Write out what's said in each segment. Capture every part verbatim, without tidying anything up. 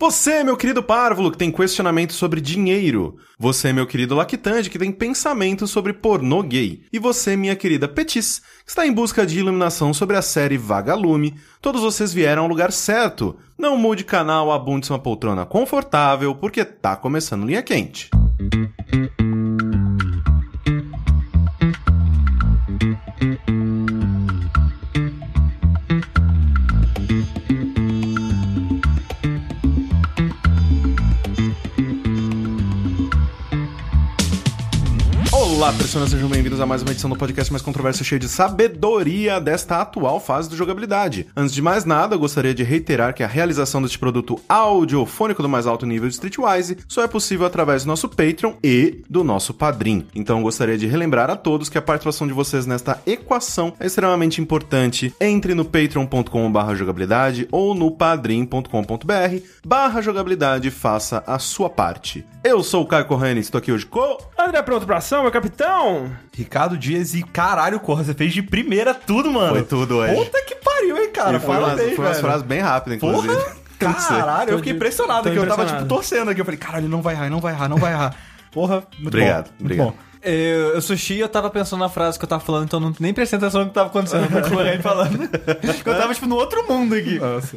Você, meu querido Párvulo, que tem questionamento sobre dinheiro. Você, meu querido Lactante, que tem pensamento sobre pornô gay. E você, minha querida Petis, que está em busca de iluminação sobre a série Vagalume. Todos vocês vieram ao lugar certo. Não mude canal, abunde-se uma poltrona confortável, porque tá começando Linha Quente. Olá, personas, sejam bem-vindos a mais uma edição do podcast mais controverso, cheio de sabedoria desta atual fase de jogabilidade. Antes de mais nada, eu gostaria de reiterar que a realização deste produto audiofônico do mais alto nível de Streetwise só é possível através do nosso Patreon e do nosso Padrim. Então, eu gostaria de relembrar a todos que a participação de vocês nesta equação é extremamente importante. Entre no patreon ponto com barra jogabilidade ou no padrim ponto com ponto br barra jogabilidade e faça a sua parte. Eu sou o Caio Corrêa e estou aqui hoje com... André, pronto pra ação, meu capitão? Ricardo Dias e caralho, Corra, você fez de primeira tudo, mano. Foi tudo hoje. Puta que pariu, hein, cara. E foi umas, Parabéns, foi umas velho. frases bem rápidas, inclusive. Porra, caralho, eu fiquei impressionado, que eu tava, tipo, torcendo aqui. Eu falei, caralho, não vai errar, não vai errar, não vai errar. Porra, muito obrigado, bom. Obrigado, muito bom. Eu, eu sushi, eu tava pensando na frase que eu tava falando, então não, nem prestei atenção no que tava acontecendo com o Correia falando. Eu tava, tipo, no outro mundo aqui. Nossa.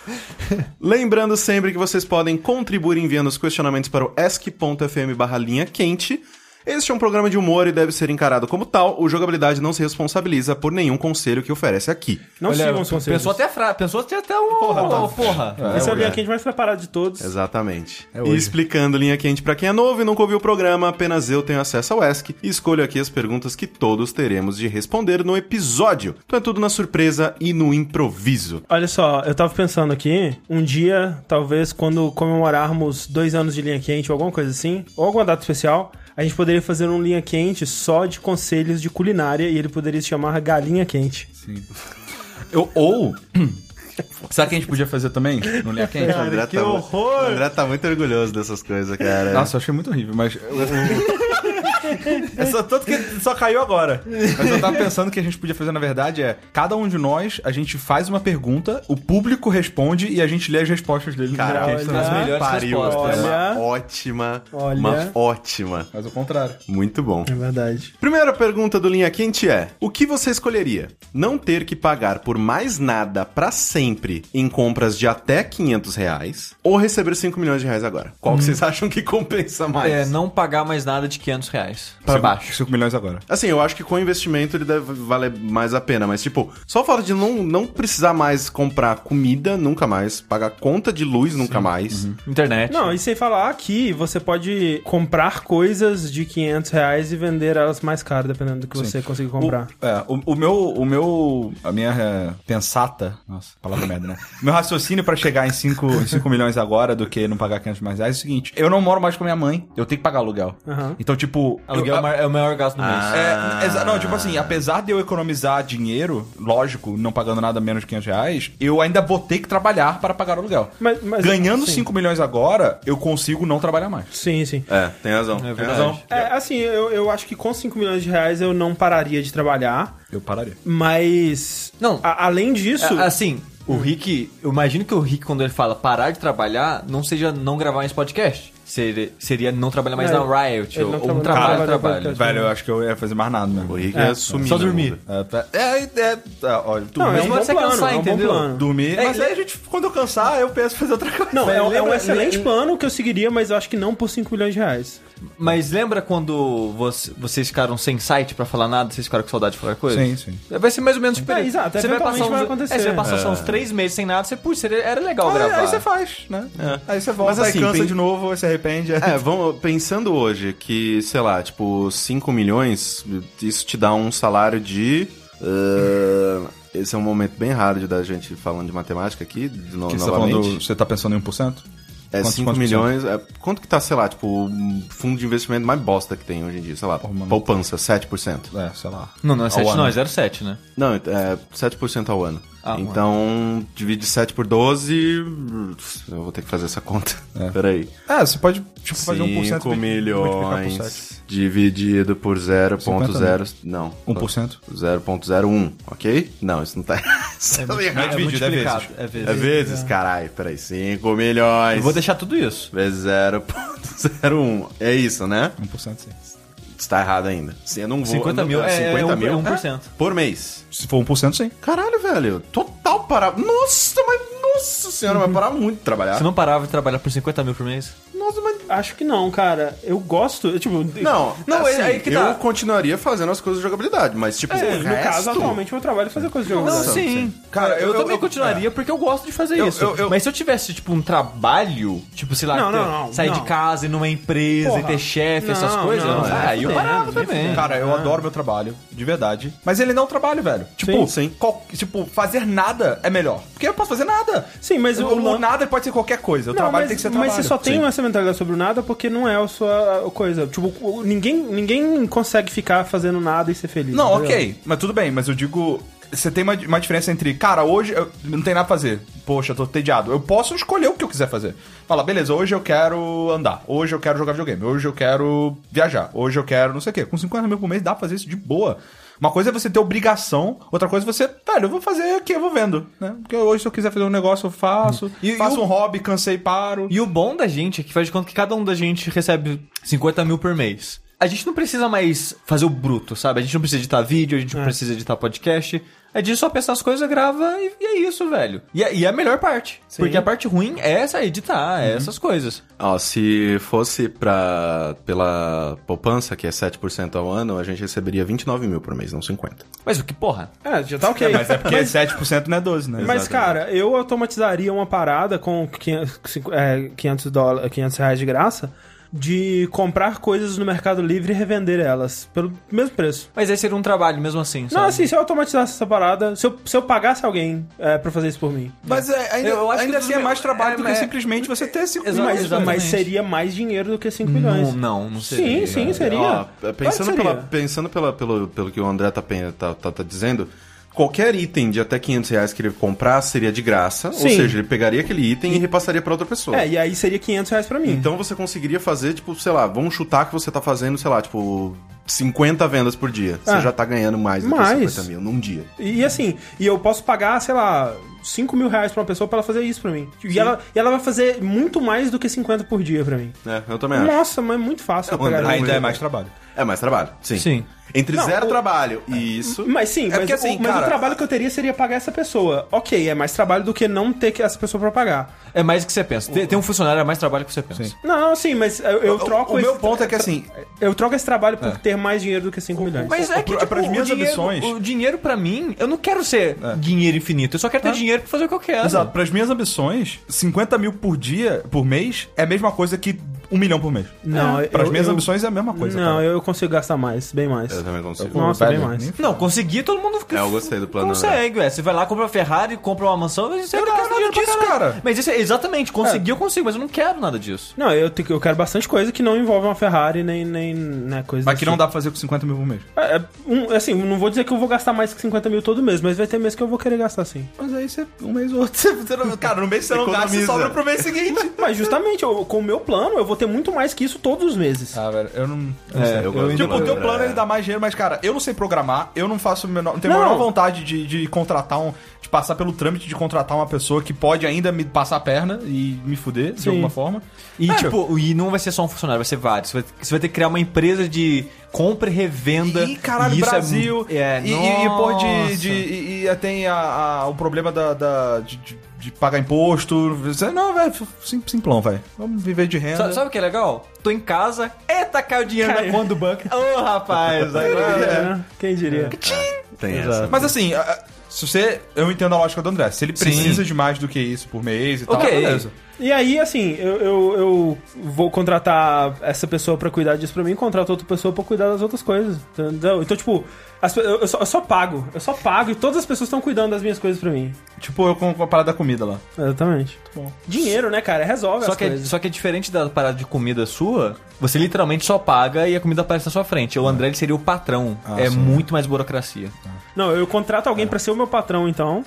Lembrando sempre que vocês podem contribuir enviando os questionamentos para o ask ponto f m barra linha quente. Este é um programa de humor e deve ser encarado como tal. O Jogabilidade não se responsabiliza por nenhum conselho que oferece aqui. Não Olha, sigam os conselhos. Pensou até a frase, pensou até, até o... Porra, tá. Oh, porra. É, Esse é o é. linha quente mais preparado de todos. Exatamente. É e hoje. explicando Linha Quente pra quem é novo e nunca ouviu o programa, apenas eu tenho acesso ao ask e escolho aqui as perguntas que todos teremos de responder no episódio. Então é tudo na surpresa e no improviso. Olha só, eu tava pensando aqui, um dia, talvez, quando comemorarmos dois anos de linha quente ou alguma coisa assim, ou alguma data especial, a gente poderia fazer um linha quente só de conselhos de culinária e ele poderia se chamar Galinha Quente. Sim. Eu, ou... Sabe o que a gente podia fazer também no Linha Quente? O André que tá, horror! O André tá muito orgulhoso dessas coisas, cara. Nossa, eu achei muito horrível, mas... É só, tanto que só caiu agora. Mas eu tava pensando que a gente podia fazer, na verdade, é... Cada um de nós, a gente faz uma pergunta, o público responde e a gente lê as respostas dele. Cara, no Linha Quente olha, também. As melhores Pariu, respostas. é uma Olha. ótima, Olha. uma ótima. Faz o contrário. Muito bom. É verdade. Primeira pergunta do Linha Quente é: o que você escolheria? Não ter que pagar por mais nada pra sempre em compras de até quinhentos reais ou receber cinco milhões de reais agora? Qual que vocês acham que compensa mais? É, não pagar mais nada de quinhentos reais pra Cinco- baixo. cinco milhões agora. Assim, eu acho que com investimento ele deve valer mais a pena, mas tipo, só o fato de não, não precisar mais comprar comida, nunca mais, pagar conta de luz, nunca mais. Internet. Não, e sem falar que você pode comprar coisas de quinhentos reais e vender elas mais caras, dependendo do que Sim. você conseguir comprar. O, é, o, o meu, o meu, a minha é, pensata, nossa, palavra merda, né? Meu raciocínio pra chegar em cinco milhões agora do que não pagar quinhentos mais reais é o seguinte: eu não moro mais com minha mãe, eu tenho que pagar aluguel. Aham. Então, tipo, Aluguel eu- é o maior- é o maior gasto do mês. É, exa- não, tipo assim, apesar de eu economizar dinheiro, lógico, não pagando nada menos de quinhentos reais, eu ainda vou ter que trabalhar para pagar o aluguel. Mas, mas- Ganhando sim. cinco milhões agora, eu consigo não trabalhar mais. Sim, sim. É, tem razão. É tem verdade. razão. É, assim, eu, eu acho que com cinco milhões de reais eu não pararia de trabalhar, Eu pararia. mas... Não. a- além disso... É, assim, o Rick... Eu imagino que o Rick, quando ele fala parar de trabalhar, não seja não gravar mais podcast. Seria, seria não trabalhar mais É, na Riot, ele ou, não ou um trabalha- trabalho, trabalha trabalho. podcast. Velho, eu acho que eu ia fazer mais nada mesmo. O Rick É, é, sumir. só no dormir. mundo. É, tá- é, é, é, olha, tu Não, é Mas um quando bom você plano, cansar, é um bom entendeu? plano. dormir. É, mas aí a gente, quando eu cansar, eu penso em fazer outra coisa. Não, é, um- é um lembra- excelente lembra- plano que eu seguiria, mas eu acho que não por cinco milhões de reais. Mas lembra quando você- vocês ficaram sem site pra falar nada, vocês ficaram com saudade de falar coisa? Sim, sim. Vai ser mais ou menos tipo É, isso. exato, Você vai eventualmente passar uns, vai acontecer. É, você vai passar só É. uns três meses sem nada, você, putz, seria- era legal Aí, gravar. aí você faz, né? Aí você volta, Mas assim, aí cansa pen- de novo, aí se arrepende. É, vamos, pensando hoje que, sei lá, tipo, cinco milhões, isso te dá um salário de... Uh, esse é um momento bem raro de da gente falando de matemática aqui, de no, Que você tá novamente. falando, você tá pensando em um por cento? É Quantos- cinco quantos por milhões. É, quanto que tá, sei lá, tipo, o fundo de investimento mais bosta que tem hoje em dia? Sei lá, Porra, mano. poupança, sete por cento. É, sei lá. Não, não é Ao sete, ano. não, é zero vírgula sete, né? Não, é sete por cento ao ano. Ah, então, divide sete por doze. Eu vou ter que fazer essa conta. É. Peraí. É, você pode tipo, fazer um por cento. cinco milhões sete. dividido por zero ponto zero. Não. um por cento? zero ponto zero um, ok? Não, isso não tá. Isso É, tá multi- errado. é dividido, é multiplicado. vezes. É vezes. É vezes, caralho. Peraí. cinco milhões. Eu vou deixar tudo isso. Vezes zero ponto zero um. É isso, né? um por cento sim. Está errado ainda. Sim, eu não vou. cinquenta não- mil, é, cinquenta é um- mil é um por cento. por mês. Se for um por cento, sim. Caralho, velho. Total parar. Nossa, mas. Nossa senhora, vai parar muito de trabalhar. Você não parava de trabalhar por cinquenta mil por mês? Nossa, mas. Acho que não, cara. Eu gosto, eu, tipo... Não, Não, assim, aí que eu tá. continuaria fazendo as coisas de jogabilidade, mas tipo, É, o no resto... caso, atualmente, meu trabalho é fazer coisas de Não, jogabilidade. sim. Cara, eu, eu- também eu- continuaria porque eu gosto de fazer Eu- isso. eu- eu- Mas se eu tivesse, tipo, um trabalho, tipo, sei lá, Não, ter- não, não, sair não. de casa e numa empresa Porra. e ter chefe, Não, essas coisas, não, ah, é. aí eu Nem parava fudendo, nem também. fudendo. Cara, eu adoro meu trabalho, de verdade. Mas ele não é um trabalho, velho. Tipo, Sim, sim. qual- tipo, fazer nada é melhor. Porque eu posso fazer nada. Sim, mas o, o lan- nada pode ser qualquer coisa. O Não, trabalho mas, tem que ser mas trabalho. você só tem Sim. essa mentalidade sobre o nada porque não é a sua coisa. Tipo, o- ninguém, ninguém consegue ficar fazendo nada e ser feliz. Não, entendeu? ok. Mas tudo bem. Mas eu digo... Você tem uma, uma diferença entre... Cara, hoje eu não tem nada pra fazer. Poxa, eu tô tediado. Eu posso escolher o que eu quiser fazer. Fala, beleza, hoje eu quero andar. Hoje eu quero jogar videogame. Hoje eu quero viajar. Hoje eu quero não sei o quê. Com cinquenta mil por mês dá pra fazer isso de boa. Uma coisa é você ter obrigação, outra coisa é você... Velho, eu vou fazer aqui, eu vou vendo. Né? Porque hoje se eu quiser fazer um negócio, eu faço. E- faço e o- um hobby, cansei, paro. E o bom da gente é que faz de conta que cada um da gente recebe cinquenta mil por mês. A gente não precisa mais fazer o bruto, sabe? A gente não precisa editar vídeo, a gente não É. precisa editar podcast. A gente só pensar as coisas, grava e, e é isso, velho. E é, e é a melhor parte. Porque a parte ruim é essa, editar, é essas coisas. Ó, se fosse pra, pela poupança, que é sete por cento ao ano, a gente receberia vinte e nove mil por mês, não cinquenta. Mas o que, porra? É, já tá ok. Mas é porque sete por cento não é doze, né? Mas, Exatamente. cara, eu automatizaria uma parada com quinhentos dólares, quinhentos reais de graça de comprar coisas no Mercado Livre e revender elas pelo mesmo preço. Mas aí seria um trabalho mesmo assim, sabe? Não, assim, se eu automatizasse essa parada, se eu, se eu pagasse alguém é, pra fazer isso por mim. Mas é, ainda, Eu acho que ainda dos assim é meus- mais trabalho é, do que é- simplesmente você ter cinco Exato, Mas, milhões. mas seria mais dinheiro do que cinco Não, milhões. não, não Sim, seria. sim, seria. Ó, Claro que pensando seria. pela, pensando pela, pelo, pelo que o André tá, pen- tá, tá, tá dizendo, qualquer item de até quinhentos reais que ele comprar seria de graça, ou Sim. seja, ele pegaria aquele item e, repassaria pra outra pessoa. É, e aí seria quinhentos reais pra mim. Então você conseguiria fazer, tipo, sei lá, vamos chutar que você tá fazendo, sei lá, tipo, cinquenta vendas por dia. Você Ah. já tá ganhando mais do Mais. que cinquenta mil num dia. E assim, e eu posso pagar, sei lá, cinco mil reais pra uma pessoa pra ela fazer isso pra mim. E ela, e ela vai fazer muito mais do que cinquenta por dia pra mim. É, eu também acho. Nossa, mas é muito fácil. É, eu pegar André, isso. Ainda é mais trabalho. É mais trabalho, sim. Sim. Entre Não, zero o- trabalho e isso... Mas sim, mas, porque, assim, o, mas cara, o trabalho que eu teria seria pagar essa pessoa. Ok, é mais trabalho do que não ter que essa pessoa pra pagar. É mais do que você pensa. Ter, ter um funcionário é mais trabalho que você pensa. Sim. Não, sim, mas eu, eu troco o esse, meu ponto é que assim, eu troco esse trabalho por ter mais dinheiro do que cinco milhões. Mas é que, Pro- tipo, pras o minhas dinheiro, ambições- o dinheiro pra mim, eu não quero ser dinheiro infinito. Eu só quero ter dinheiro pra fazer o que eu quero. exato, para as minhas ambições, cinquenta mil por dia, por mês, é a mesma coisa que um milhão por mês. Não, É, para as eu- minhas eu- ambições é a mesma coisa. Não, cara. eu consigo gastar mais, bem mais. Eu também consigo. Nossa, Velho, bem mais. nem- Não, conseguir, todo mundo É, eu gostei do plano, consegue, velho. Você vai lá, compra uma Ferrari, compra uma mansão, você Eu não gasta quero nada dinheiro pra disso, caralho. cara. Mas isso é, exatamente, conseguir eu consigo, mas eu não quero nada disso. Não, eu, te- eu quero bastante coisa que não envolve uma Ferrari, nem, nem né, coisa Mas desse que não tipo. dá pra fazer com cinquenta mil por mês. É, é, um, assim, não vou dizer que eu vou gastar mais que cinquenta mil todo mês, mas vai ter mês que eu vou querer gastar sim. Mas aí você, um mês ou outro, você não, cara, no mês você não gasta e Economiza. sobra pro mês seguinte. Mas justamente, eu- com o meu plano, eu vou ter muito mais que isso todos os meses. Ah, velho, eu não... eu não É, sei. eu gosto Tipo, do o teu plano, plano é. ele dá mais dinheiro, mas, cara, eu não sei programar, eu não faço o menor... Não tenho a Não. menor vontade de, de contratar um... De passar pelo trâmite de contratar uma pessoa que pode ainda me passar a perna e me fuder, de Sim. alguma forma. E, É, tipo, e não vai ser só um funcionário, vai ser vários. Você vai, você vai ter que criar uma empresa de compra e revenda. E caralho, e isso Brasil. É, é, e, e, e, pô, de, nossa. de, e, e tem a, a- o problema da, da- de, de- de pagar imposto. Você- Não, velho, sim- simplão, velho. Vamos viver de renda. Sa- Sabe o que é legal? Tô em casa, eita, caiu o dinheiro Caiu. na conta do banco. Ô, rapaz, agora... É, né? Quem diria? Tem Exato. essa. Mas assim, a- a- se você. Eu entendo a lógica do André. Se ele Sim. precisa de mais do que isso por mês e tal, Ok. beleza. E aí, assim, eu, eu, eu vou contratar essa pessoa pra cuidar disso pra mim, contrato outra pessoa pra cuidar das outras coisas, entendeu? Então, tipo, as, eu, eu, só, eu só pago, eu só pago e todas as pessoas estão cuidando das minhas coisas pra mim. Tipo, eu com a parada da comida lá. Exatamente. Bom. Dinheiro, né, cara? Resolve Só as que, é, coisas. só que é diferente da parada de comida sua, você literalmente só paga e a comida aparece na sua frente. O André ele seria o patrão. Ah, é sim. muito mais burocracia. Não, eu contrato alguém pra ser o meu patrão, então.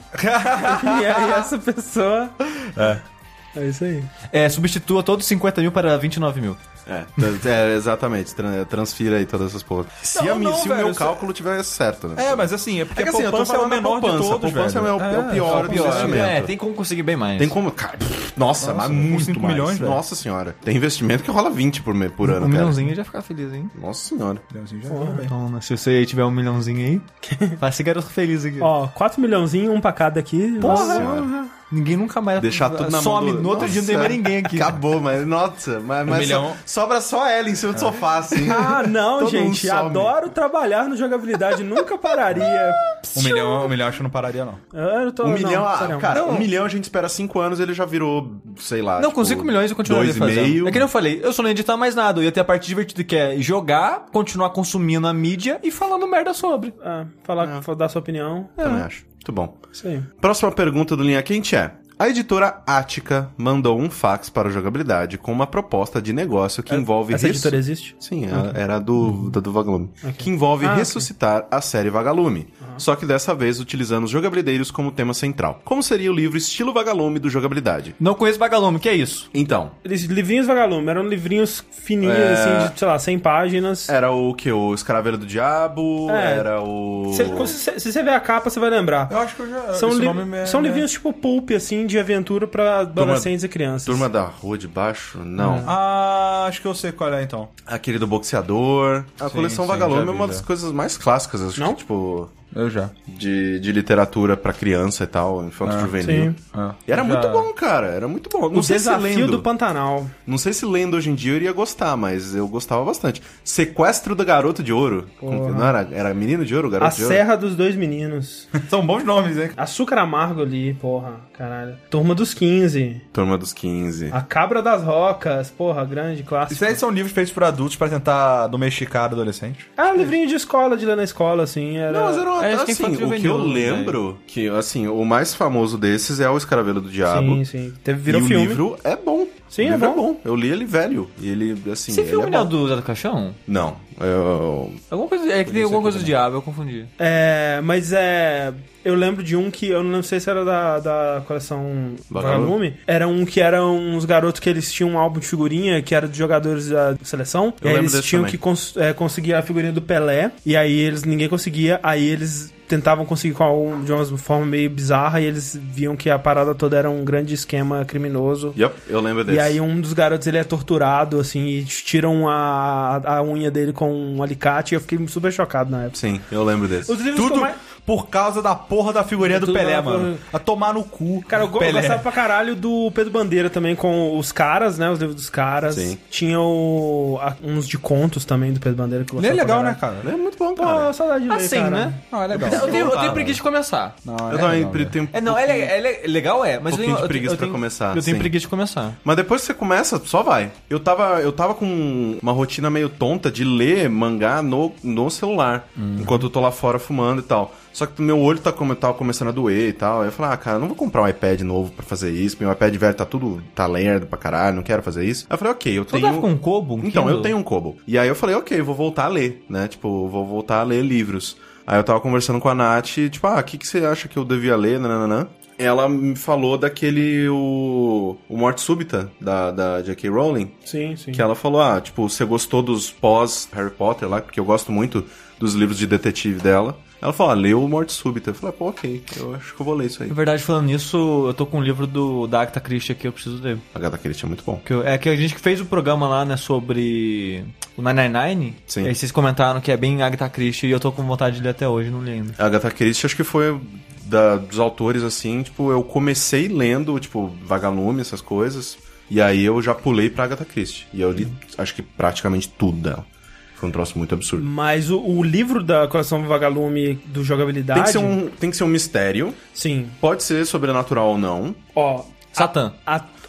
E aí essa pessoa... É. É isso aí. É, substitua todos cinquenta mil para vinte e nove mil. É, tra- é, exatamente. Tra- transfira aí todas essas porras. Se, Não, a mi- não, se o velho, meu você- cálculo tiver certo, né? É, mas assim, é porque É que a assim, eu tô poupança é o falando da menor poupança. de todos, A poupança velho. é o- é o pior é o do pior. investimento. É, tem como conseguir bem mais. Tem como... Cara, pff, nossa, Nossa, mas com muito cinco mais. milhões, velho. Nossa senhora. Tem investimento que rola vinte por, me- por ano, Um cara. milhãozinho já ficar feliz, hein? Nossa senhora. Então, né, se você aí tiver um milhãozinho aí, faça garoto feliz aqui. Ó, quatro milhãozinhos, um pra cada aqui. Nossa Nossa, senhora. Ninguém nunca mais Deixar tudo na some. mão do... No outro dia não tem mais ninguém aqui. Acabou, mas... Nossa, mas, mas milhão. so- sobra só ela em cima do sofá, assim. Ah, não, Todo mundo gente. some. Adoro trabalhar no jogabilidade. Nunca pararia. Um milhão, um milhão acho que não pararia, não. Eu tô, Um não, milhão, ah, sério. cara, Não. um milhão a gente espera cinco anos, ele já virou, sei lá. Não, tipo, com cinco milhões eu continuaria dois e fazendo. meio. É que nem eu falei, eu só não ia editar mais nada. Eu ia ter a parte divertida que é jogar, continuar consumindo a mídia e falando merda sobre. Ah, falar, dar sua opinião. Também acho. Muito bom. Isso aí. Próxima pergunta do Linha Quente é: a editora Ática mandou um fax para a jogabilidade com uma proposta de negócio que envolve... Essa ressu- editora existe? Sim, ela era do, da do Vagalume. Que envolve Ah, ok. ressuscitar a série Vagalume. Só que dessa vez utilizando os jogabilideiros como tema central. Como seria o livro estilo Vagalume do Jogabilidade? Não conheço Vagalume, que é isso? Então, Eles, livrinhos vagalume, eram livrinhos fininhos, É. assim, de, sei lá, cem páginas. era o que? O Escraveiro do Diabo? É. Era o... Se, se- se você ver a capa, você vai lembrar. Eu acho que eu já... São, esse li- nome me- são me- livrinhos tipo pulp, assim, de aventura pra adolescentes e crianças. Turma da Rua de Baixo? Não. Ah, acho que eu sei qual é, então. Aquele do boxeador. A Sim, coleção sim, Vagalume já é vi, uma já. das coisas mais clássicas, acho Não? que, tipo, Eu já. de, de literatura pra criança e tal, infanto juvenil. Sim. Ah, E era já- muito bom, cara. Era muito bom. Não O sei se Desafio lendo. do Pantanal. Não sei se lendo hoje em dia eu iria gostar, mas eu gostava bastante. Sequestro do Garoto de Ouro. Como que- Não era? Era Menino de Ouro, A Garoto de Ouro? Serra dos Dois Meninos. São bons nomes, hein? Açúcar Amargo ali, porra, caralho. Turma dos quinze. Turma dos quinze. A Cabra das Rocas, porra, grande clássico. Isso aí são livros feitos por adultos pra tentar domesticar adolescente. Ah, livrinho de escola, de ler na escola, assim. Era... Não, mas era uma, É, acho que é assim, infanto o que eu juvenil, né? lembro, que, assim, o mais famoso desses é o Escravelo do Diabo. Sim, sim. Teve, virou e filme. o livro é bom. Sim, o livro é bom. Eu li ele velho. E ele, assim, Esse ele filme é não é bom. do Zé do Caixão? Não. Eu... Alguma coisa, é que tem alguma coisa do diabo, eu confundi. É, mas é... Eu lembro de um que, eu não sei se era da, da coleção Vagalume? Vagalume, era um que eram uns garotos que eles tinham um álbum de figurinha, que era de jogadores da seleção, Eu e aí lembro eles desse tinham também. que cons é, conseguir a figurinha do Pelé, e aí eles, ninguém conseguia, aí eles tentavam conseguir com algum, de uma forma meio bizarra, e eles viam que a parada toda era um grande esquema criminoso. Yep, eu lembro desse. E aí um dos garotos, ele é torturado, assim, e tiram a, a unha dele com um alicate, e eu fiquei super chocado na época. Sim, eu lembro desse. Os livros que eu Tudo mais... por causa da porra da figurinha do Tudo Pelé, na mano. porra. A tomar no cu. Cara, eu, go- eu Pelé. gostava pra caralho do Pedro Bandeira também, com os caras, né? Os livros dos caras. Sim. Tinha o, a- uns de contos também do Pedro Bandeira que eu Ele é gostava pra legal, né, caralho. cara? É muito bom, Pô, cara. saudade de ler, Assim, cara. né? Não, é legal. Eu tenho, eu Tá, tenho preguiça de começar. Não, Eu também legal, pre- né? tenho É, não, ele é, ele é legal, é, mas Um pouquinho eu, de eu, preguiça eu pra tenho, começar, Eu tenho sim. preguiça de começar. Mas depois que você começa, só vai. Eu tava, eu tava com uma rotina meio tonta de ler mangá no, no celular, enquanto eu tô lá fora fumando e tal. Só que meu olho tá, come- tava começando a doer e tal. Aí eu falei, ah, cara, eu não vou comprar um iPad novo pra fazer isso. Meu iPad velho tá tudo, tá lerdo pra caralho, não quero fazer isso. Aí eu falei, ok, eu Você tenho... tava com um Kobo? Um Então, eu Kindle? tenho um Kobo. E aí eu falei, ok, eu vou voltar a ler, né? Tipo, vou voltar a ler livros. Aí eu tava conversando com a Nath, tipo, ah, o que, que você acha que eu devia ler, nananã? Ela me falou daquele, o, o Morte Súbita, da, da J K. Rowling. Sim, sim. Que ela falou, ah, tipo, você gostou dos pós Harry Potter lá, porque eu gosto muito dos livros de detetive dela. Ela falou, ah, leu o Morte Súbita. Eu falei, pô, ok, eu acho que eu vou ler isso aí. Na verdade, falando nisso, eu tô com um livro do, da Agatha Christie aqui, eu preciso ler. A Agatha Christie é muito bom. Que eu- é que a gente fez o programa lá, né, sobre o nove nove nove. Sim. E aí vocês comentaram que é bem Agatha Christie e eu tô com vontade de ler até hoje, não li ainda. A Agatha Christie, acho que foi da, dos autores, assim, tipo, eu comecei lendo, tipo, Vagalume, essas coisas, e aí eu já pulei pra Agatha Christie. E eu li, acho que praticamente tudo dela. Foi um troço muito absurdo. Mas o, o livro da coleção Vagalume do jogabilidade... Tem que, ser um, tem que ser um mistério, Sim. pode ser sobrenatural ou não. Ó, Satã. a,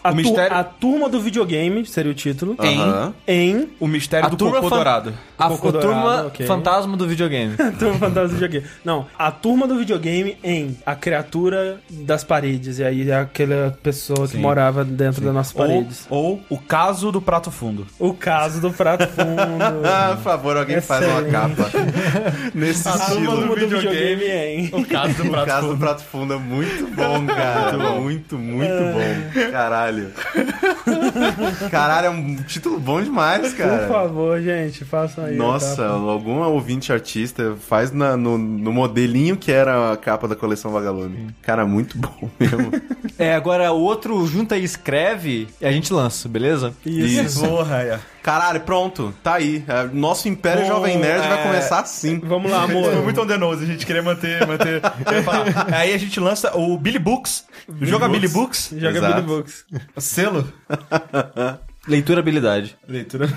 A, O tu- mistério- a turma do videogame seria o título. Aham. Em. O mistério A do turma cocô fan- dourado. A Cocô a turma dourado, ok. fantasma do videogame. A turma fantasma do videogame. Não, a turma do videogame em A Criatura das Paredes. E aí é aquela pessoa que morava dentro das nossas Ou, paredes. ou o caso do prato fundo. O caso do prato fundo. Ah, por favor, alguém faz uma Excelente. capa nesse A estilo. turma do videogame em. O caso do O prato caso do fundo. prato fundo é muito bom, cara. Muito, muito, bom. Caralho. Caralho, é um título bom demais, Por cara. favor, gente, façam aí. Nossa, tá? algum ouvinte artista faz na- no, no modelinho que era a capa da coleção Vagalume. Cara, muito bom mesmo. É, agora o outro junta e escreve e a gente lança, beleza? Isso. Porra, é. Caralho, pronto. Tá aí. É, Nosso Império Bom, Jovem Nerd é- vai começar assim. Vamos lá, Foi amor. muito on-the-nose, a gente queria manter, manter... eu ia falar. Aí a gente lança o Billy Books. Joga Billy Books. Joga Exato. Billy Books. Selo. Leitura habilidade. Leitura.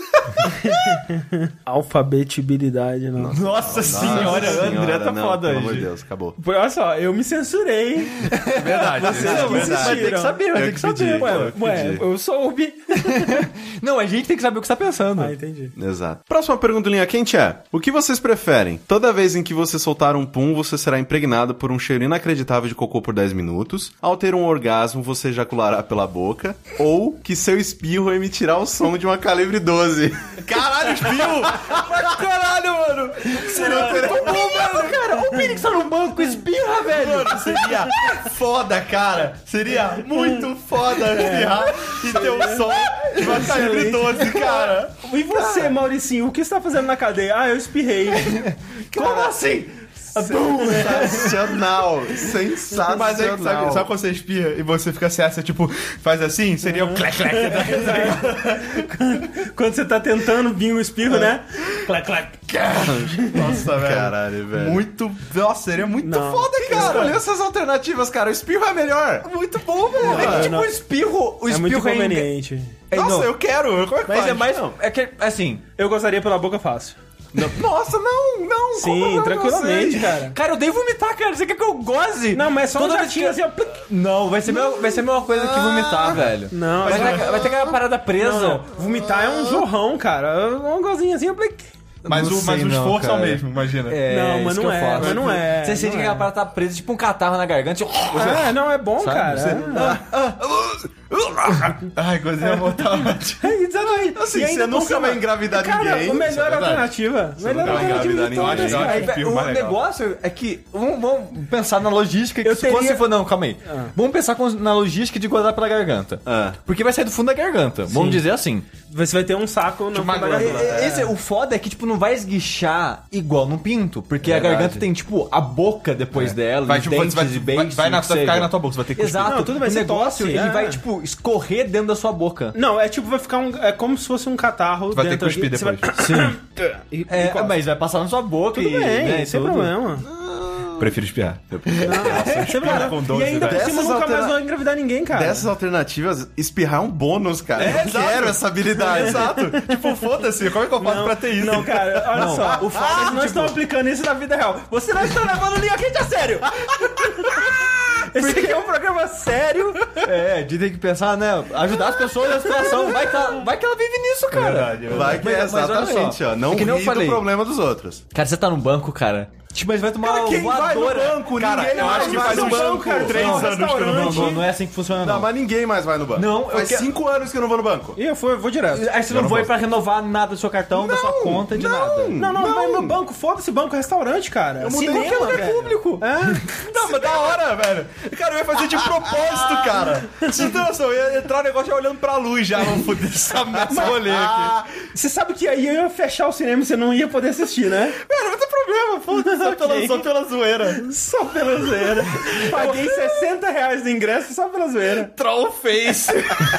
Alfabetibilidade, não. Nossa senhora, Nossa André senhora, tá não, foda pelo amor de hoje. Deus, acabou. Pô, olha só, eu me censurei. É verdade. Vocês é não verdade. insistiram. Vai ter que saber, vai Eu ter que que pedi. saber. Ué, Eu que ué, pedi. eu soube. Não, a gente tem que saber o que você tá pensando. Ah, entendi. Exato. Próxima pergunta linha quente é: o que vocês preferem? Toda vez em que você soltar um pum, você será impregnado por um cheiro inacreditável de cocô por dez minutos. Ao ter um orgasmo, você ejaculará pela boca. Ou que seu espirro emitirá o som de uma calibre doze. Caralho, espirro! Mas caralho, mano! Seria muito bom, velho! Cara, o Phoenix tá no banco, espirra, velho! Mano, seria foda, cara! Seria muito foda espirrar e ter um som de uma calibre doze, cara! E você, Mauricinho, o que você tá fazendo na cadeia? Ah, eu espirrei. Como assim? Sensacional! Sensacional! Mas aí, sabe, sabe quando você espirra e você fica certo, você tipo, faz assim? Seria o clec, clec da Quando você tá tentando vir o espirro, né? Clac, clac. Nossa, velho. Caralho, velho. Muito. Nossa, seria muito Não. foda, cara! Escolheu essas alternativas, cara. O espirro é melhor. Muito bom, velho! É que, Não, tipo, não. o espirro... O É muito espirro é, enga- conveniente. é Nossa, não, eu quero! Como é que Mas faz? é mais... Não. É que, assim... Eu gostaria pela boca fácil. Nossa, não, não. Sim, como tranquilamente, você? cara. Cara, eu dei vomitar, cara. Você quer que eu goze? Não, mas só um Toda vez jatinho que- assim, ó. plic. Não, vai ser, meu, vai ser a mesma coisa que vomitar, velho. Não, Vai, mas ter, vai ter aquela parada presa. Não, não. Vomitar é um jorrão, cara. Um gozinho assim, eu plic. Mas, Não o, mas sei o não, esforço é o cara. mesmo, imagina. É, Não, mas isso não que eu é, faço. mas não é, Você sente não que é. aquela parada tá presa, tipo um catarro na garganta. É, não, é bom, Sabe? cara. Você- É. Ai, gozei mortal. É, exatamente. Assim, E ainda você por nunca cima- vai engravidar cara, ninguém, o isso é melhor verdade. alternativa. Melhor nunca vai alternativa engravidar de ninguém, todas, eu acho cara. que- Aí, filme o mais legal. negócio é que. Vamos, vamos pensar na logística. Que Eu Quando teria- você for. Não, calma aí. Ah. Vamos pensar com- na logística de guardar pela garganta. Ah. Porque vai sair do fundo da garganta. Vamos dizer assim. Você vai ter um saco na uma ponta da glândula. garganta. É, esse, o foda é que, tipo, não vai esguichar igual no pinto. Porque a Verdade. garganta tem, tipo, a boca depois dela, Vai, os tipo, dentes vai, e vai, beijos. vai, na, o que vai seja. cair na tua boca, você vai ter que cuspir. Exato. Não, tudo vai o ser negócio, tosse, ele é. vai, tipo, escorrer dentro da sua boca. Não, é tipo, vai ficar um. É como se fosse um catarro Vai ter dentro que cuspir aqui, você depois. vai- Sim. E- É, e- mas vai passar na sua boca Tudo e... bem, né, sem tudo. problema. Prefiro espirrar. Sem problema. com doze, E ainda por velho. cima Dessas nunca mais altera- vai engravidar ninguém, cara. Dessas alternativas, espirrar é um bônus, cara. É, eu exato. quero essa habilidade. Exato. Tipo, foda-se, como é que eu faço Não, pra ter isso? não, cara, olha Não, só. o fato é que, Vocês não tipo- estão aplicando isso na vida real. Você não está levando linha quente a sério. Esse aqui é um programa sério. É, de ter que pensar, né? Ajudar as pessoas na situação. Vai que ela, vai que ela vive nisso, cara. Verdade, é verdade. Vai que é Mas- mas olha exatamente, só, ó. Não é que nem eu ri do falei. problema dos outros. Cara, você tá no banco, cara. Tipo, mas vai tomar Cara, uma quem vai no voadora. banco? Cara, Ninguém eu mais acho que vai faz no um banco. banco, cara, três Não, anos que eu não Não, restaurante. não, não é assim que funciona, Não, não. mas ninguém mais vai no banco. Não, eu Faz quero- cinco anos que eu não vou no banco. E eu vou, eu vou direto. Aí você não, não vai vou. pra renovar nada do seu cartão, da sua conta, de nada. Não, não, vai no banco. Foda-se banco, restaurante, cara. mudei Cinema, qualquer lugar velho. público. É. Não, mas da hora, velho. Cara, eu ia fazer de propósito, cara. Você não tem noção, eu ia entrar no negócio já olhando pra luz já, vamos foder essa, essa rolê aqui. Você sabe que aí eu ia fechar o cinema e você não ia poder assistir, né? Cara, não tem problema, foda-se, só, pela- Ok. só pela zoeira. Só pela zoeira. Paguei sessenta reais no ingresso só pela zoeira. Troll face.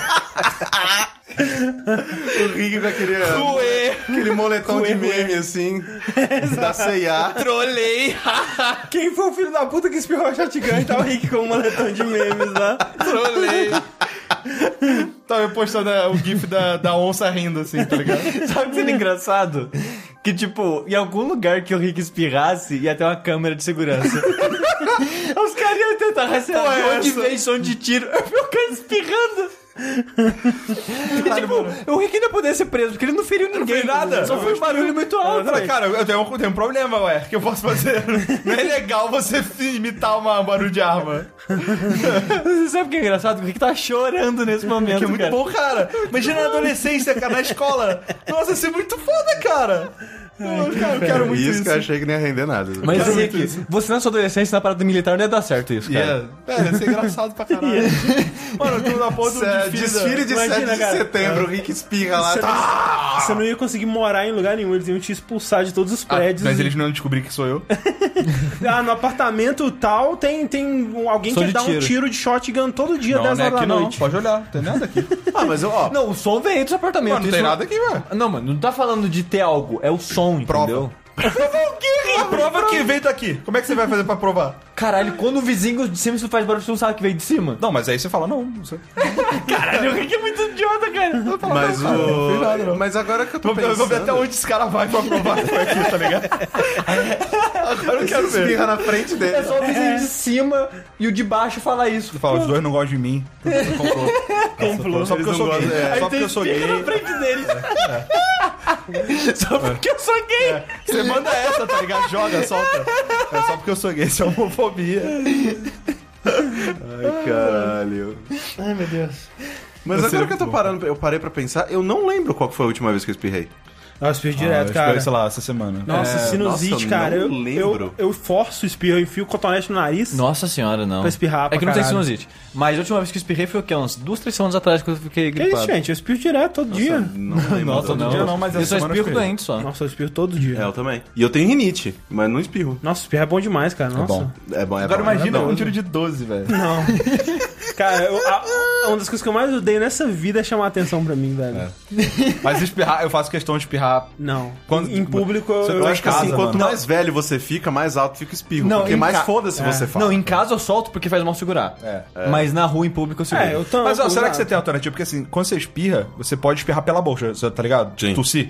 O Rick com aquele, Ué. aquele moletom de Ué, ué. meme, assim, da C e A. Trolei. Quem foi o filho da puta que espirrou a shotgun e tá o Rick com um moletom de memes lá? Trolei. Tava postando é, o gif da, da onça rindo, assim, tá ligado? Sabe o que seria engraçado? Que, tipo, em algum lugar que o Rick espirrasse, ia ter uma câmera de segurança. Os caras iam tentar receber Pô, é onde essa? vem som de tiro. Eu vi o cara espirrando. E, tipo, o Rick ainda poderia ser preso, porque ele não feriu ninguém. fez nada. Só foi um barulho muito alto. Eu falei, cara, eu tenho um, tenho um problema, ué, que eu posso fazer. Não é legal você imitar uma, um barulho de arma. Você sabe o que é engraçado? O Rick tá chorando nesse momento, Que é muito cara. bom, cara. Imagina na adolescência, cara, na escola. Nossa, ia ser muito foda, cara. Ai, cara, eu quero muito isso, isso. que eu achei que não ia render nada. Mas, Quero Rick, muito você na sua adolescência, na parada militar, não ia dar certo isso, cara. Yeah. É, ia ser engraçado pra caralho. Mano, eu tô na porra do Sé- desfile, desfile de Imagina, sete de cara. setembro, o Rick espirra lá. Você tá. não, você não ia conseguir morar em lugar nenhum, eles iam te expulsar de todos os Ah, prédios. mas eles não descobriram que sou eu. Ah, no apartamento tal, tem, tem um- alguém Som que de dá um tiro. tiro de shotgun todo dia, Não, dez não é horas aqui da não. noite. Pode olhar, não tem nada aqui. Ah, mas ó, Não, o som vem dos apartamentos. Mano, não tem Isso- nada aqui, ué. Não, mano, não tá falando de ter algo, é o som, Prova. entendeu? A prova que veio daqui. Como é que você vai fazer pra provar? Caralho, quando o vizinho de cima faz barulho, você não sabe que veio de cima. Não, mas aí você fala, não, não sei. Caralho, o Rick é muito idiota, cara. mas não, cara, não fez nada, o... não. Mas agora que eu tô Eu pensando... vou ver até onde esse cara vai pra provar que foi aqui, tá ligado? Agora eu quero ver. espirra na frente dele. É só o vizinho de cima e o de baixo falar isso. Fala, os dois não gostam de mim. Comprou. Comprou. Só porque eu Eles sou não gay. gostam, é. Só porque eu sou gay. na frente dele. Só porque eu sou gay. Você manda essa, tá ligado? Joga, solta. É só porque eu sou gay, isso é homofobia. Ai, caralho. Ai, meu Deus. Mas Você agora é que eu tô bom. parando, eu parei pra pensar, eu não lembro qual que foi a última vez que eu espirrei. Nossa, espirro Ah, direto, eu cara. esperei, sei lá, essa semana. Nossa, É, sinusite, nossa, eu cara. não Eu, lembro. eu, eu forço o espirro, eu enfio o cotonete no nariz. Nossa senhora, não. Pra espirrar É pra que não tem caralho. sinusite. Mas a última vez que eu espirrei foi o quê? Uns duas, três semanas atrás que eu fiquei Que gripado. isso, gente? Eu espirro direto todo dia. Não lembro. Nossa, todo não. dia. não, mas eu essa só semana eu espirro espirrei. doente só. Nossa, eu espirro todo dia. É, eu também. E eu tenho rinite, mas não espirro. Nossa, espirro é bom demais, cara. Nossa. bom. É bom, é Agora bom, é imagina bom. um tiro de doze, velho. Não. Cara, eu- a- uma das coisas que eu mais odeio nessa vida é chamar atenção pra mim, velho. Mas espirrar, eu faço questão de espirrar. Não. Quando- em público, eu, Você eu Eu tá acho que em assim, casa, quanto mano. mais velho você fica, mais alto fica o espirro. Não, porque em mais ca- foda-se você fala. Não, em casa eu solto porque faz mal segurar. É. Mas na rua, em público, eu seguro. É, eu tô. Mas ó, será que exato. você tem alternativa? Porque assim, quando você espirra, você pode espirrar pela boca, você tá ligado? Sim. Tossir.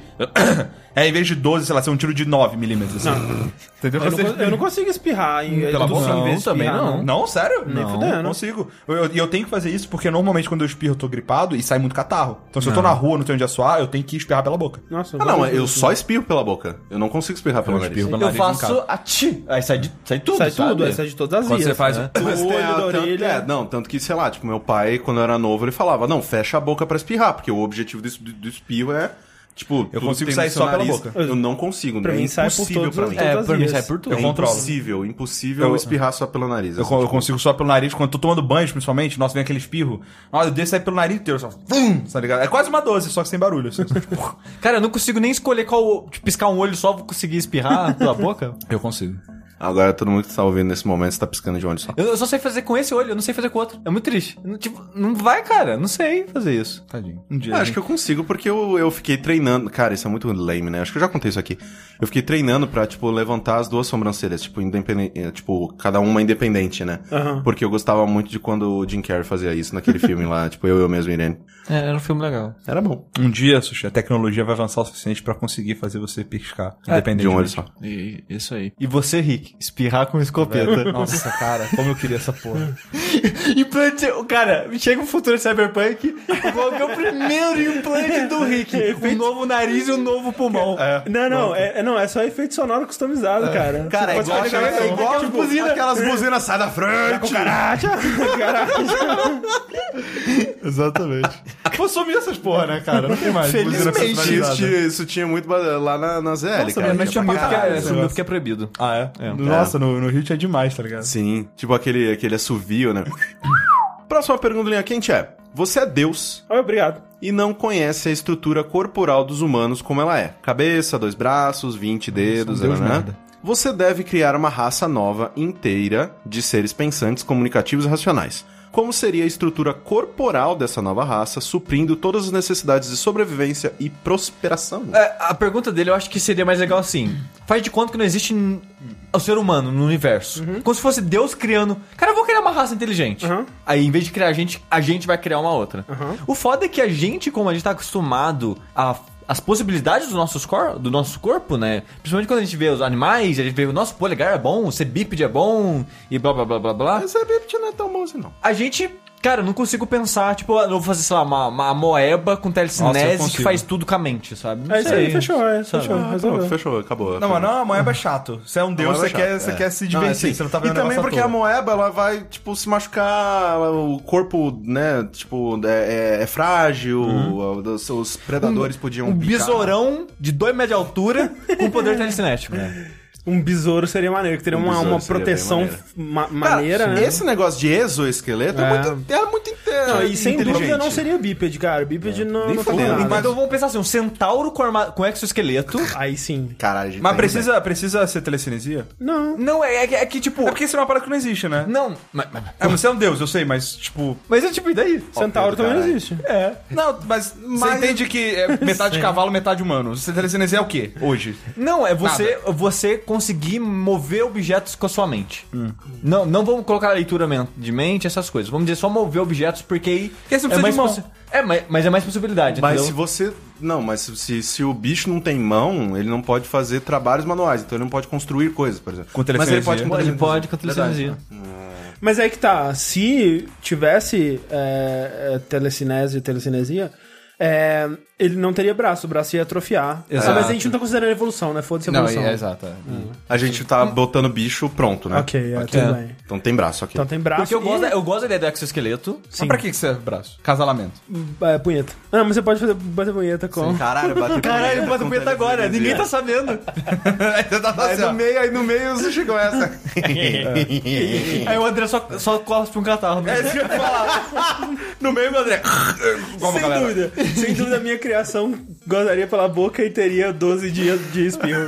É, em vez de doze, sei lá, ser um tiro de nove milímetros. Assim. Entendeu? Eu não, Você- con- eu não consigo espirrar em Pela tossir boca? em vez de Não, também espirrar, não. Não, sério? Nem não, fudendo. consigo. E eu, eu tenho que fazer isso porque normalmente quando eu espirro eu tô gripado e sai muito catarro. Então se eu tô na rua, não tenho onde assoar, eu tenho que espirrar pela boca. Nossa, Ah, não, gosto eu disso. só espirro pela boca. Eu não consigo espirrar pelo Eu nariz. espirro pelo Eu nariz em faço casa. a ti. Aí sai, de, sai tudo, Sai sabe? tudo, aí sai de todas as Quando vias. você faz né? o- Do Mas tem olho, a- da tanto- orelha. é, não, tanto que, sei lá, tipo, meu pai, quando eu era novo, ele falava, não, fecha a boca pra espirrar, porque o objetivo do, do, do espirro é, tipo, Eu tudo consigo tem sair no seu só pela nariz. boca. Eu não consigo, Pra é mim sai por impossível todos pra os- mim. todas É, as pra mim vias. sai por tudo. É Eu controlo. impossível, impossível Eu- espirrar só pelo nariz. Eu, assim, co- eu tipo, consigo só pelo nariz, quando eu tô tomando banho, principalmente, nossa, vem aquele espirro. Nossa, eu deixo sair pelo nariz inteiro, só. Vum, tá ligado? É quase uma doze, só que sem barulho. Assim, só, tipo, Cara, eu não consigo nem escolher qual. Tipo, piscar um olho só, vou conseguir espirrar pela boca. eu consigo. Agora todo mundo que tá ouvindo nesse momento está piscando de olho só. Eu, eu só sei fazer com esse olho, eu não sei fazer com o outro. É muito triste. Não, tipo, não vai, cara. Não sei fazer isso. Tadinho. Um dia. Ah, acho que eu consigo porque eu, eu fiquei treinando. Cara, isso é muito lame, né? Acho que eu já contei isso aqui. Eu fiquei treinando pra, tipo, levantar as duas sobrancelhas, tipo, independente, tipo, cada uma independente, né? Aham. Porque eu gostava muito de quando o Jim Carrey fazia isso naquele filme lá, tipo, eu, eu mesmo, Irene. É, era um filme legal. Era bom. Um dia, Sushi, a tecnologia vai avançar o suficiente pra conseguir fazer você piscar. Independente De um olho só. E, isso aí. E você, Rick, espirrar com escopeta. Nossa, cara, como eu queria essa porra. Implante. Cara, chega um futuro cyberpunk. Qual que é o primeiro implante do Rick? Um novo nariz e um novo pulmão. É. Não, não, é, é- não, é só efeito sonoro customizado, cara. Cara, é Você igual, pode aquela, ligar- é igual tipo, buzina, aquelas buzinas, sai da frente! Caraca, caraca. Exatamente. Vou sumir essas porra, né, cara? Não tem mais. Felizmente. buzina Isso, personalizada. tinha- isso tinha muito ba- lá na, na Z L, Nossa, cara. mas Tinha tinha pra muito caralho. que- Sumiu negócio. porque é proibido. Ah, é? É. Nossa, no, no Rio tinha demais, tá ligado? Sim, tipo aquele, aquele assovio, né? Próxima pergunta, linha quente é: você é Deus Oi, obrigado. e não conhece a estrutura corporal dos humanos como ela é. Cabeça, dois braços, vinte dedos, Deus né? merda. Você deve criar uma raça nova inteira de seres pensantes, comunicativos e racionais. Como seria a estrutura corporal dessa nova raça, suprindo todas as necessidades de sobrevivência e prosperação? É, a pergunta dele eu acho que seria mais legal assim. Faz de conta que não existe n- o ser humano no universo. Como se fosse Deus criando. Cara, eu vou criar uma raça inteligente. Uhum. Aí, em vez de criar a gente, a gente vai criar uma outra. Uhum. O foda é que a gente, como a gente tá acostumado a. As possibilidades do nosso, cor, do nosso corpo, né? Principalmente quando a gente vê os animais, a gente vê o nosso polegar é bom, ser bípede é bom e blá blá blá blá blá. Esse é não é tão bom assim, não. A gente Cara, eu não consigo pensar, tipo, eu vou fazer, sei lá, uma, uma moeba com Nossa, eu telecinese que consigo. faz tudo com a mente, sabe? Não É isso aí, sei. fechou, é, Sabe? fechou, Ah, resolveu. pronto, fechou, acabou. Não, mas não, a moeba é chato. Você é um deus, moeba você é quer, chato, você é. quer se Não, é divertir, assim. você não tá vendo E também negócio porque à a toa. moeba, ela vai, tipo, se machucar, o corpo, né, tipo, é, é- é frágil, os, os predadores podiam Um picar. besourão de dois metros de altura com poder telecinético. né? Um besouro seria maneiro, que teria Um uma, besouro uma seria bem proteção maneiro. ma- Cara, maneira, né? esse negócio de exoesqueleto é, É. muito, é muito inte- Não, e sem inteligente. dúvida não seria bípede, cara. Bípede não, Nem não tem fodendo. nada. Então vamos pensar assim, um centauro com, arma... com exoesqueleto. Aí sim. Caralho, a gente Mas tem precisa, precisa ser telecinesia? Não. Não, é, é, que- é que tipo... É porque isso é uma parada que não existe, né? Não, mas, mas, É, você é um deus, eu sei, mas, tipo... mas é tipo, e daí? Centauro também não caralho. existe. É. Não, mas, você entende que é metade cavalo, metade humano. Você telecinesia é o quê, hoje? Não, é você, você conseguir mover objetos com a sua mente. Não, não vamos colocar a leitura men- de mente, essas coisas. Vamos dizer só mover objetos, porque aí. Porque você não é precisa mais de mão. possi- É, mas, mas é mais possibilidade, Mas entendeu? se você... Não, mas se, se o bicho não tem mão, ele não pode fazer trabalhos manuais. Então ele não pode construir coisas, por exemplo. Com Mas ele telecinesia. pode com Ele telecinesia. pode com a telecinesia. Mas aí que tá. Se tivesse é, é, telecinese e telecinesia, é, ele não teria braço. O braço ia atrofiar. Exato. Mas a gente não tá considerando evolução, né? Foda-se a Não, evolução. é, exato. É. A gente tá botando bicho pronto, né? Ok, é, Ok. tudo bem. Então tem braço aqui. Então tem braço Porque eu e- gosto, da- eu gosto da ideia do exoesqueleto. Mas pra que que serve o braço? Casalamento. É, punheta. Não, mas você pode fazer bater punheta com... Caralho, bateu Caralho, bota com punheta agora, telecinesia. ninguém tá sabendo. Você tá Aí assim, no ó. meio, aí no meio você chegou essa. Aí o André só, só cospe um catarro. Né? É isso que eu ia falar. No meio, meu André. Como, Sem galera? dúvida. Sem dúvida, a minha criação gozaria pela boca e teria doze dias de espirro.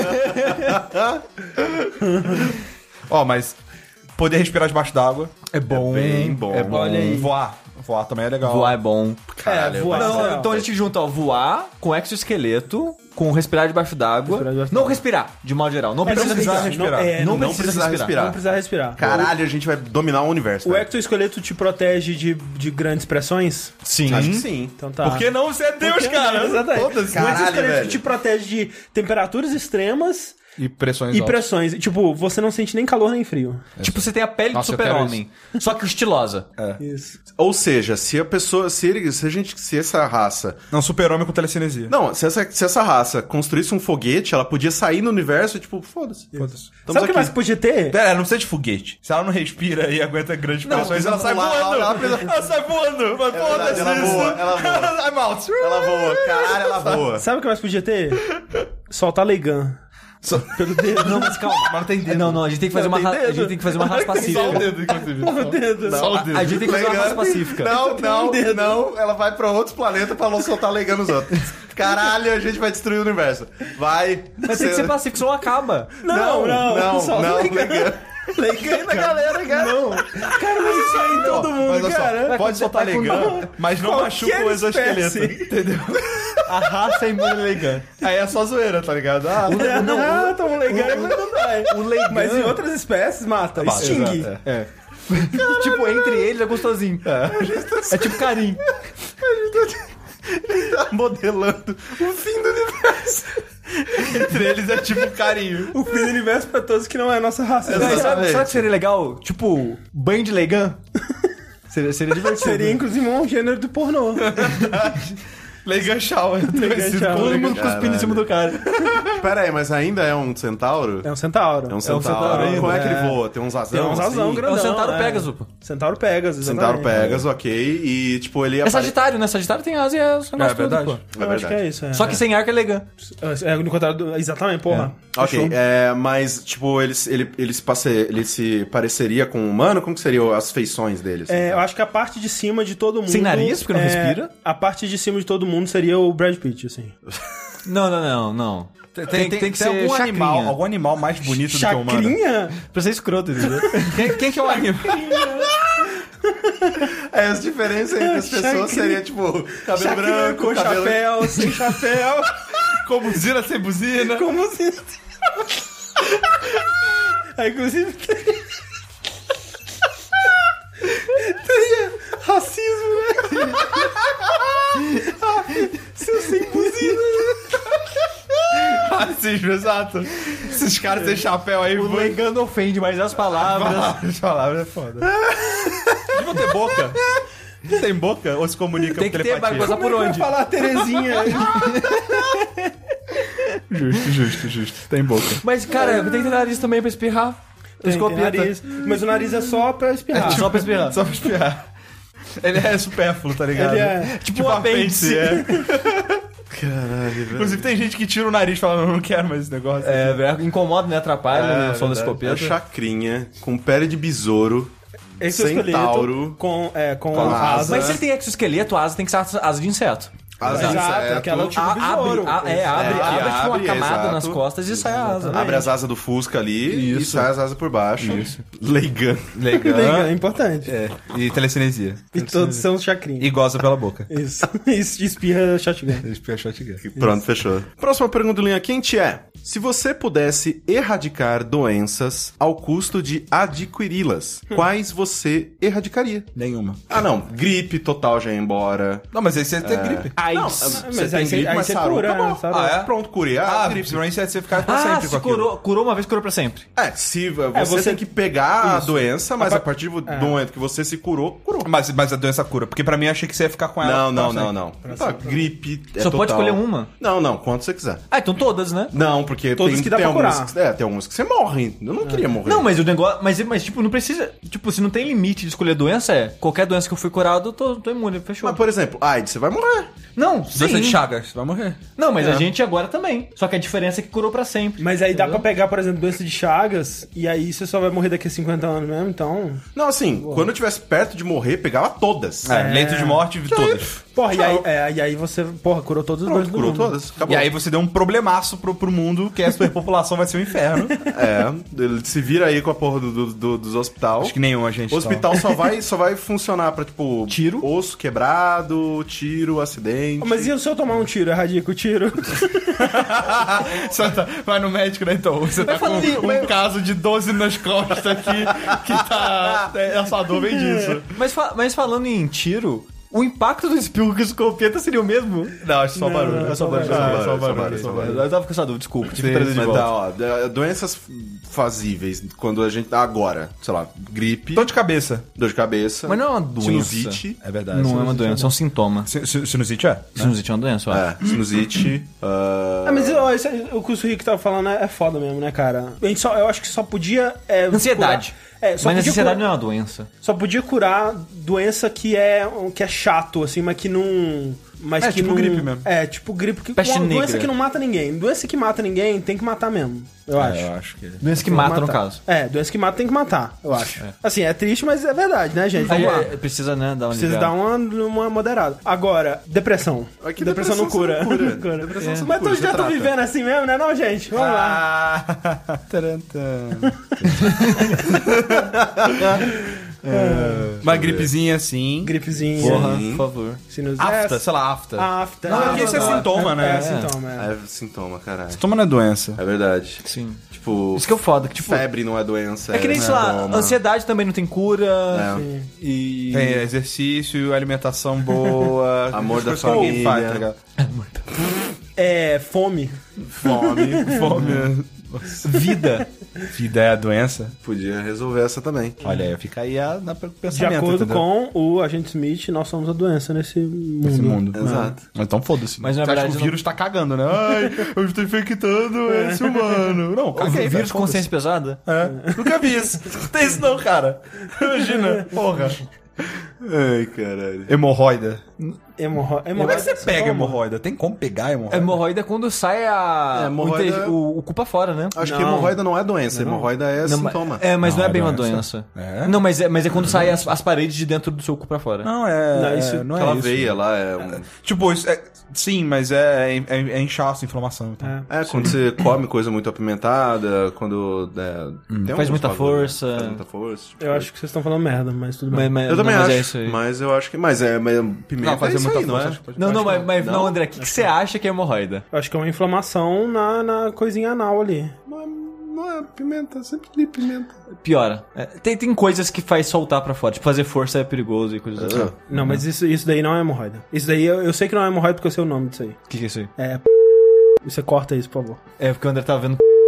Ó, mas poder respirar debaixo d'água. É bom. bem bom. É bom. Olha aí. Voar. Voar também é legal. Voar é bom. Caralho, É, voar. vai- Não, Não, então a gente junta, ó, voar com exoesqueleto, com respirar debaixo d'água. Respirar debaixo Não d'água. respirar, de modo geral. Não É, precisa precisar respirar. respirar. Não, é, Não, não, não precisa, precisa respirar. respirar. não precisa respirar. Caralho, a gente vai dominar o universo. O velho. ectoesqueleto te protege de, de grandes pressões? Sim. Acho que sim. Então tá. Por que não? Você é Deus, Por que cara. não? Exatamente. Foda-se. O Caralho, exoesqueleto velho. te protege de temperaturas extremas E pressões e altas. pressões. Tipo, você não sente nem calor nem frio. Tipo, você tem a pele Nossa, do eu quero super-homem, só que estilosa. Isso. Ou seja, se a pessoa, se, ele, se a gente, se essa raça, Não, super-homem com telecinesia. não, se essa, se essa raça construísse um foguete, ela podia sair no universo e tipo, foda-se. Foda-se. Estamos Sabe o que aqui. mais podia ter? Pera, ela não precisa de foguete. Se ela não respira e aguenta grandes pressões, ela sai lá, voando. lá, Ela, lá, sai voando. Mas foda-se ela isso. voa, ela voa. I'm out. Ela voa, caralho, ela voa. Sabe o que mais podia ter? Soltar Leigan. Pelo dedo. Não, mas calma. Mas não tem dedo. Não, não, a gente tem que fazer, Não, uma, tem ra- a dedo. gente tem que fazer uma raça Só o pacífica. dedo, inclusive. O dedo. Só o dedo. A gente tem que fazer uma raça pacífica. Não, não, dedo. não. Ela vai pra outros planetas pra não soltar legando nos outros. Caralho, a gente vai destruir o universo. Vai. Mas tem que ser pacífico, senão acaba. Não, não. não, Só não, Leigan. Leigan. Leigan na galera, cara. Não. Cara, mas isso aí em todo mundo, Mas olha só, cara. pode soltar vai com- legando, mas não Qualquer machuca o exoesqueleto. espécie. Entendeu? A raça é imune a Leigan. Aí é só zoeira, tá ligado? Ah, Não, ah, toma um Leigan e vai mandar. O Leigan... Mas em outras espécies, mata. Extingue. exato, é. tipo, entre eles é gostosinho. É, tipo carinho. modelando o fim do universo. Entre eles é tipo carinho. O fim do universo pra todos que não é a nossa raça. Não, e sabe, Exatamente. sabe o que seria legal? Tipo, banho de Leigan? seria, seria divertido. Seria inclusive um gênero do pornô. Leigan Shower. Shower. Todo mundo cuspindo em cima do cara. Pera aí, mas ainda é um centauro? É um centauro. É um centauro centauro. ainda, Como é que é. ele voa? Tem uns azão? Tem uns azão assim? grandão. É um centauro é. Pegasus, pô. Centauro Pegasus, Centauro exatamente. Pegasus, ok. E, tipo, ele É apare- Sagitário, né? Sagitário tem asa e é os negócios É tudo, verdade. pô. É Eu acho verdade. que é isso, é. Só que sem arco é Leigan. É, no contrário do... Exatamente, porra. Ok, Fechou. é, mas, tipo, ele, ele, ele, se passe, ele se pareceria com um humano? Como que seriam as feições deles? É, eu acho que a parte de cima de todo mundo... Sem nariz, porque não é, respira? A parte de cima de todo mundo seria o Brad Pitt, assim. Não, não, não, não. Tem, Tem- tem, tem que tem ser algum chacrinha. animal, algum animal mais bonito do que o humano? Chacrinha? Pra ser escroto, entendeu? quem, quem que é o animal? É, as diferenças entre as pessoas seria, tipo, cabelo Chacrinha branco, com cabelo... chapéu, sem chapéu. Com buzina sem buzina. Como se... Aí, inclusive, teria... teria racismo, né? Seu sem buzina, né? Racismo, exato. Esses caras sem chapéu aí. O foi- Leigan ofende, mas as palavras... As palavras é foda. Tipo não ter boca? Não tem boca? Ou se comunica Tem por que ter, vai telepatia? gozar por onde? Vai falar Terezinha. Justo, justo, justo. Tem boca. Mas, cara, tem que ter nariz também pra espirrar. Tem, tem Escopeta. nariz. Mas o nariz é só pra espirrar. Só pra espirrar. Só pra espirrar. Ele é supérfluo, tá ligado? Ele é Tipo um apêndice. é. Caralho, velho. Inclusive tem gente que tira o nariz falando, não quero mais esse negócio. É, velho, incomoda, né? Atrapalha É, no som da verdade. É escopeta. chacrinha, com pele de besouro, Esse Centauro. esqueleto com, é, com, Com asa. asa. Mas se ele tem exoesqueleto, a asa tem que ser asa de inseto. asa de Exato, inseto. aquela é o tipo A- besouro. abre, a- é, abre, É, que abre, tipo uma abre, camada exato. nas costas e sai a asa. né? Abre as asas do Fusca ali e Isso. sai as asas por baixo. Isso. Leigando. Legal. Legal, é importante. É. E telecinesia. E todos são chacrinhos. E goza pela boca. Isso. Isso, espirra shotgun. Espia shotgun. Pronto, fechou. Próxima pergunta do Linha Quente é: se você pudesse erradicar doenças ao custo de adquiri-las, quais você erradicaria? Nenhuma. Ah, não. Gripe total já ia embora. Não, mas aí você tem gripe. Não, Mas você aí tem você- gripe, aí mas você sarou, cura, acabou. né? Sarou. Ah, é? Pronto, curei. Ah, Ah, gripe. principalmente você ficar pra Ah, sempre se com aquilo. curou, curou uma vez, curou pra sempre. É, se você, você- tem que pegar Isso. a doença, mas A a, pa- partir do do momento que você se curou, curou. Mas, mas a doença cura. Porque pra mim eu achei que você ia ficar com ela. Não, não, pra não, sempre. não. Tá, gripe é Só pode total. escolher uma? Não, não, quanto você quiser. Ah, então todas, né? Não, porque Todas tem, que dá tem pra algumas, curar. que- é, tem algumas que você morre. Eu não queria morrer. Não, mas o negócio. Mas, mas, tipo, não precisa. Tipo, se não tem limite de escolher doença, é. Qualquer doença que eu fui curado, eu tô, tô imune, fechou. Mas, por exemplo, AIDS, você vai morrer. Não, Doença sim. de Chagas, você vai morrer. Não, mas É. a gente agora também. Só que a diferença é que curou pra sempre. Mas aí dá Entendeu? pra pegar, por exemplo, doença de Chagas, e aí você só vai morrer daqui a cinquenta anos mesmo, então... Não, assim, quando eu tivesse perto de morrer, pegava todas. É, leito de morte, todas. Porra, e aí, é, e aí você, porra, curou todos os Pronto, doentes do curou mundo. todas. Acabou. E aí você deu um problemaço pro, pro mundo, que a superpopulação vai ser um inferno. É, ele se vira aí com a porra do, do- do- dos hospitais. Acho que nenhum a gente O hospital só vai, só vai funcionar pra, tipo... Tiro. Osso quebrado, tiro, acidente. Mas e se eu tomar um tiro? Erradica o tiro? Só tá- vai no médico, né? Então, você tá com falando em- um mas- caso de doze nas costas aqui, que tá... é, Essa dor vem disso. Mas, fa- mas falando em tiro, o impacto do espirro com escopeta seria o mesmo? Não, acho só Não, barulho. não, É só barulho, só é barulho, só só barulho, barulho, é só só barulho. barulho. Eu tava com essa dúvida, desculpa. Tive que Sim, trazer de mas volta. tá, ó, do- doenças fazíveis, quando a gente... Agora, sei lá, gripe, Dor de cabeça. dor de cabeça... Mas não é uma doença. Sinusite. É verdade. Não é uma doença, é um sintoma. Si- si- Sinusite é? Sinusite é uma doença, ó. É, sinusite... ah, Ah, mas ó, isso aí, o que o Rick tava falando é, é foda mesmo, né, cara? A gente só, eu acho que só podia... É, Ansiedade. curar- é, só Mas a podia ansiedade curar- não é uma doença. Só podia curar doença que é, que é chato, assim, mas que não... Mas É, que tipo não, gripe mesmo. É, tipo gripe. Que, Peste uma doença negra. que não mata ninguém. Doença que mata ninguém tem que matar mesmo, eu acho. É, eu acho que... Doença que Tem mata, no matar. caso. É, doença que mata tem que matar, eu acho. Assim, é triste, mas é verdade, né, gente? Aí Vamos lá. é, precisa, né, dar uma Precisa dar aliviada. uma, uma moderada. Agora, depressão. É que depressão, não depressão cura. você não cura. Cura. Depressão você não Mas cura, todos você já estão trata. vivendo assim mesmo, né, não, gente? Vamos lá. Ah, tarantam. Uma gripezinha assim. Gripezinha. Porra, Sim. por favor. Sinusite. Afta, sei lá, afta. Afta. Não, porque isso é sintoma, né? É, É. sintoma, é. É sintoma, caralho. Sintoma não é doença. É verdade. Sim. Tipo, Isso que é o foda, que, tipo... febre não é doença. É que nem, sei lá, sintoma. ansiedade também não tem cura. É. E... Tem exercício, alimentação boa. Amor da coisas que ninguém família. faz, tá ligado? É, fome. Fome. Fome. Vida. Vida é a doença. Podia resolver essa também. Olha aí, fica aí a, na De pensamento, acordo entendeu? com o agente Smith, nós somos a doença nesse mundo. Esse mundo. Exato. Então foda-se. Mas, na Você acha verdade, que o não- vírus tá cagando, né? Ai, eu estou infectando esse humano. Não, O caguei, velho, vírus de foda-se. consciência pesada? É, nunca vi isso. Não tem isso não, cara. Imagina, porra. Ai, caralho. Hemorroida. Hemorro... Como é que você pega toma? hemorroida? Tem como pegar hemorroida? Hemorroida é quando sai a... É, hemorroida- o, inte- o, o cu pra fora, né? Acho que Não. hemorroida não é doença, hemorroida é Não, mas- sintoma. É, mas não, Não, é é bem uma doença. doença. É? Não, mas é, mas é quando sai as, as paredes de dentro do seu cu pra fora. Não, é... Não, é- isso- não é Aquela isso. veia lá é um... Tipo, isso é- sim, mas é, é, é inchaço, inflamação. Então. É. É, quando você come coisa muito apimentada, quando... É, tem Faz alguns muita bagulho, força. Faz muita força. tipo, Eu acho que vocês estão falando merda, mas tudo Mas, bem. mas- Eu também não, mas acho, é isso aí. mas eu acho que... Mas é, mas pimenta Não, fazer é isso muita aí, não força. é? acho que pode- Não, acho não, que mas, mas Não? não, André, o que, que você acha que é hemorroida? Eu acho que é uma inflamação na, na coisinha anal ali. Não é, não é pimenta, sempre li pimenta. Piora. É, tem, tem coisas que faz soltar pra fora. Tipo, fazer força é perigoso e coisas assim. O Não, mas isso, isso daí não é hemorroida. Isso daí, eu, eu sei que não é hemorroida porque eu sei o nome disso aí. que, que é isso aí? É... Você corta isso, por favor. É porque o André tava vendo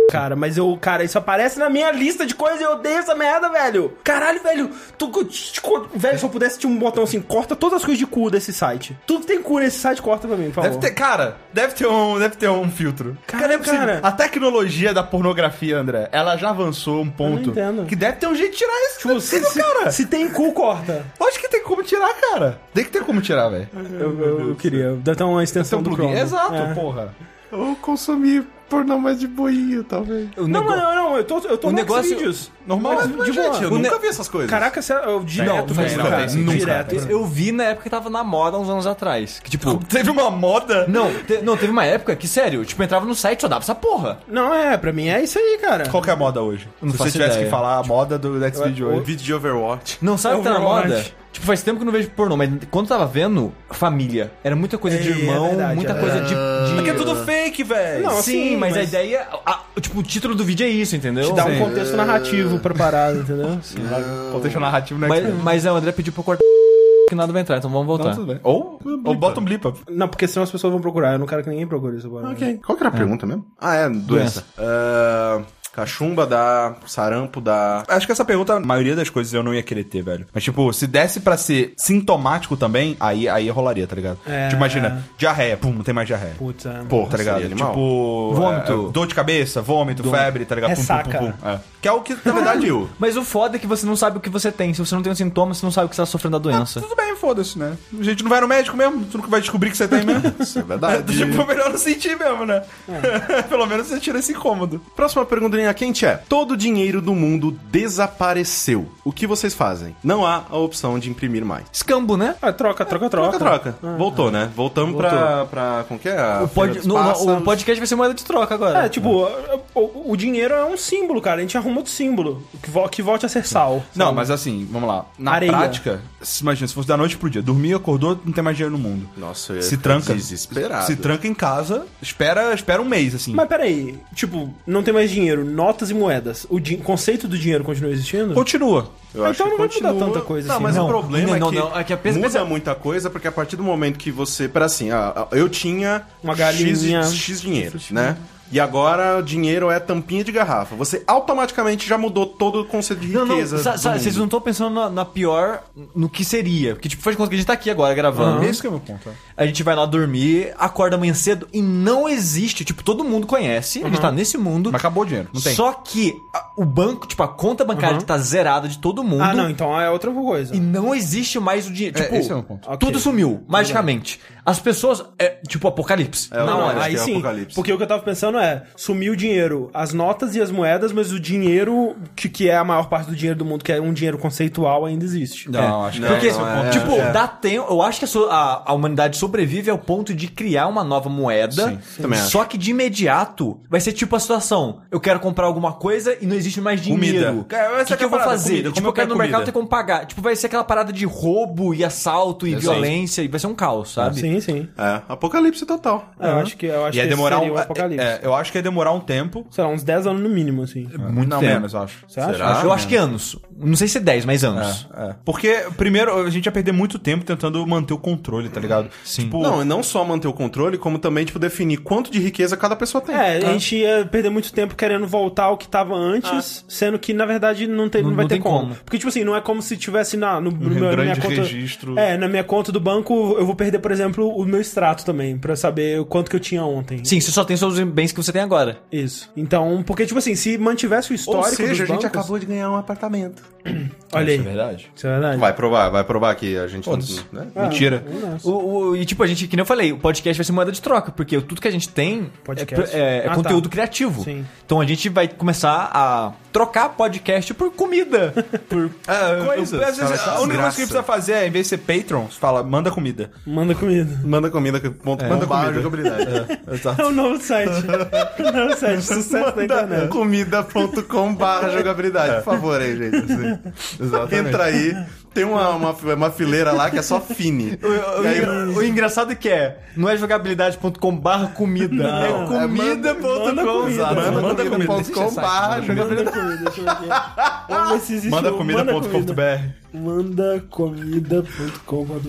Cara, mas eu, cara, isso aparece na minha lista de coisas e eu odeio essa merda, velho. Caralho, velho. Tu, velho, se eu pudesse ter um botão assim, corta todas as coisas de cu desse site. Tudo que tem cu nesse site, corta pra mim, por favor. Deve ter, cara, deve ter um, deve ter um filtro. Cara, Cara, é possível. cara. A tecnologia da pornografia, André, ela já avançou um ponto Eu não entendo. que deve ter um jeito de tirar isso. Tipo, Tipo, se, se, cara. se tem cu, corta. Acho que tem como tirar, cara. Tem que ter como tirar, velho. Eu, eu, eu queria. Deve ter uma extensão do Chrome. Exato, É. porra. Ou consumir pornô mais de boinho, talvez. O Não, nego- não, não, eu tô, eu tô O no negócio- vídeos. Normal, Mas, mas, de gente, boa. eu O nunca ne- vi essas coisas. Caraca, você- eu direto, Não, velho, nunca, cara, nunca, direto. nunca. Eu vi na época que tava na moda uns anos atrás. Que tipo. Teve uma moda? Não, te- não, teve uma época que, sério, tipo, entrava no site e só dava essa porra. Não, é, pra mim é isso aí, cara. Qual que é a moda hoje? Não Se faço você tivesse ideia. que falar a moda do Next Video O hoje. vídeo de Overwatch. Não sabe o que tá na Overwatch. moda? Tipo, faz tempo que eu não vejo pornô, mas quando eu tava vendo, família. Era muita coisa de É, irmão, é verdade, muita é coisa de. de... Porque é tudo fake, velho. Não, Sim, sim, mas, a mas- ideia. a- tipo, o título do vídeo é isso, entendeu? Te dá um Sim. contexto narrativo pra parada, entendeu? Contexto narrativo, né? Mas, mas é, o André pediu pra eu cortar que nada vai entrar, então vamos voltar. Não, tudo bem. Ou, ou bota um blipa. Não, porque senão as pessoas vão procurar. Eu não quero que ninguém procure isso agora. Ok. Qual que era a pergunta mesmo? Ah, é, doença. Doença. Ah, cachumba dá, sarampo dá. Acho que essa pergunta, a maioria das coisas eu não ia querer ter, velho. Mas, tipo, se desse pra ser sintomático também, aí, aí rolaria, tá ligado? É. Tipo, imagina, diarreia, pum, não tem mais diarreia. Putz, é. Pô, tá ligado? seria animal. Tipo, Vômito. é, dor de cabeça, vômito, febre, tá ligado? Pum, pum, Ressaca. pum, pum. É. Que é o que, na verdade, eu. Mas o foda é que você não sabe o que você tem. Se você não tem os sintomas, você não sabe o que você tá sofrendo da doença. Tudo bem, foda-se, né? A gente não vai no médico mesmo, tu nunca vai descobrir que você tem mesmo. Isso é verdade. Tipo, melhor não sentir mesmo, né? Pelo menos você tira esse incômodo. Próxima pergunta linha quente é: todo o dinheiro do mundo desapareceu. O que vocês fazem? Não há a opção de imprimir mais. Escambo, né? Ah, troca, troca, troca. Troca, troca. Voltou, né? Voltamos pra, pra... Como que é? A O, Feira pod, dos no- no- Pássaros. o podcast vai ser moeda de troca agora. É, tipo, o, o- o dinheiro é um símbolo, cara. A gente arruma outro símbolo. Que, vo- que volte a ser sal. Não, sabe? mas assim, vamos lá. Na Areia. prática, se- imagina, se fosse da noite pro dia, dormir, acordou, não tem mais dinheiro no mundo. Nossa, eu ia Se ficar tranca. desesperado. Se tranca em casa, espera, espera um mês, assim. Mas peraí, tipo, não tem mais dinheiro, notas e moedas. O di- conceito do dinheiro continua existindo? Continua. Eu acho Então que não vai continua. mudar tanta coisa Não, assim, mas não. o problema Não, é não, que não. É que a pensa- muda pensa- muita coisa, porque a partir do momento que você... Para assim, ah, eu tinha Uma galinha. X, X dinheiro, né? E agora o dinheiro é tampinha de garrafa. Você automaticamente já mudou todo o conceito de Não, não, riqueza. sa- do sa- mundo. vocês não estão pensando na, na pior, no que seria. Porque, tipo, faz de conta que a gente tá aqui agora gravando. Esse que é o meu ponto. A gente vai lá dormir, acorda amanhã cedo e não existe. Tipo, todo mundo conhece, a gente tá nesse mundo. Mas acabou o dinheiro, não tem. Só que a- o banco, tipo, a conta bancária Uhum. tá zerada de todo mundo. Ah, não, então é outra coisa. E não existe mais o dinheiro. É, Tipo, esse é o ponto. Ok. tudo sumiu, magicamente. As pessoas. É, tipo, apocalipse. É, eu Não, acho aí que é sim. apocalipse. Porque o que eu tava pensando é, sumiu o dinheiro, as notas e as moedas, mas o dinheiro, que, que é a maior parte do dinheiro do mundo, que é um dinheiro conceitual, ainda existe. Não, acho que Não, Porque, não, é, tipo, é. dá tempo. Eu acho que a, so- a- a humanidade sobrevive ao ponto de criar uma nova moeda. Sim, sim. Também acho. Só que de imediato vai ser tipo a situação: eu quero comprar alguma coisa e não existe mais dinheiro. Comida. É, O essa que, que que é eu vou a parada, fazer? comida. Tipo, Como eu quero eu no quero mercado comida? ter como pagar. Tipo, vai ser aquela parada de roubo e assalto e Exato. violência e vai ser um caos, sabe? Sim, sim. É, apocalipse total. É, eu acho que, eu acho Ia que demorar seria um. o apocalipse. É, eu acho que ia demorar um tempo. Sei lá, uns dez anos no mínimo, assim. Muito não, tempo. menos, eu acho. Você acha? Será? eu acho que anos. Não sei se dez, mas anos. É, é. Porque, primeiro, a gente ia perder muito tempo tentando manter o controle, tá ligado? Sim. Tipo, Não, e não só manter o controle, como também, tipo, definir quanto de riqueza cada pessoa tem. É, a gente ia perder muito tempo querendo voltar ao que tava antes, sendo que, na verdade, não, tem, não, Não- vai não ter tem como. como. Porque, tipo assim, não é como se tivesse na, no, no meu, na minha grande conta... registro. É, na minha conta do banco, eu vou perder, por exemplo, o meu extrato também, pra saber o quanto que eu tinha ontem. Sim, você só tem os bens que você tem agora. Isso. Então, porque, tipo assim, se mantivesse o Ou histórico seja, dos a gente bancos- acabou de ganhar um apartamento. Olha aí. Isso é verdade. Isso é verdade. Vai provar, vai provar que a gente... Foda-se. Né? Mentira. Nossa. O, o- e tipo, a gente, que nem eu falei, o podcast vai ser moeda de troca, porque tudo que a gente tem Podcast. é, é- é Ah, conteúdo tá. criativo. Sim. Então a gente vai começar a trocar podcast por comida. Por É, coisas. eu- às vezes, Cara, a única coisa que desgraça. precisa fazer é, em vez de ser Patreon, você fala, manda comida. Manda comida. Manda comida, que- ponto, manda comida. Jogabilidade. Exato. É o novo site. o novo site, sucesso da internet. comida ponto com barra jogabilidade. Por favor aí, gente. assim. Exatamente. Entra aí. Tem uma, uma, uma fileira lá que é só Fini. O, o- E aí- o engraçado é que é, não é jogabilidade ponto com barra comida. É Não, comida ponto manda com. comida. Exato. Manda Manda comida comida. ponto com barra jogabilidade. Manda comida, deixa eu ver aqui. Vamos ver se existe Manda o comida ponto com ponto comida. b r. Manda comida ponto com ponto b r.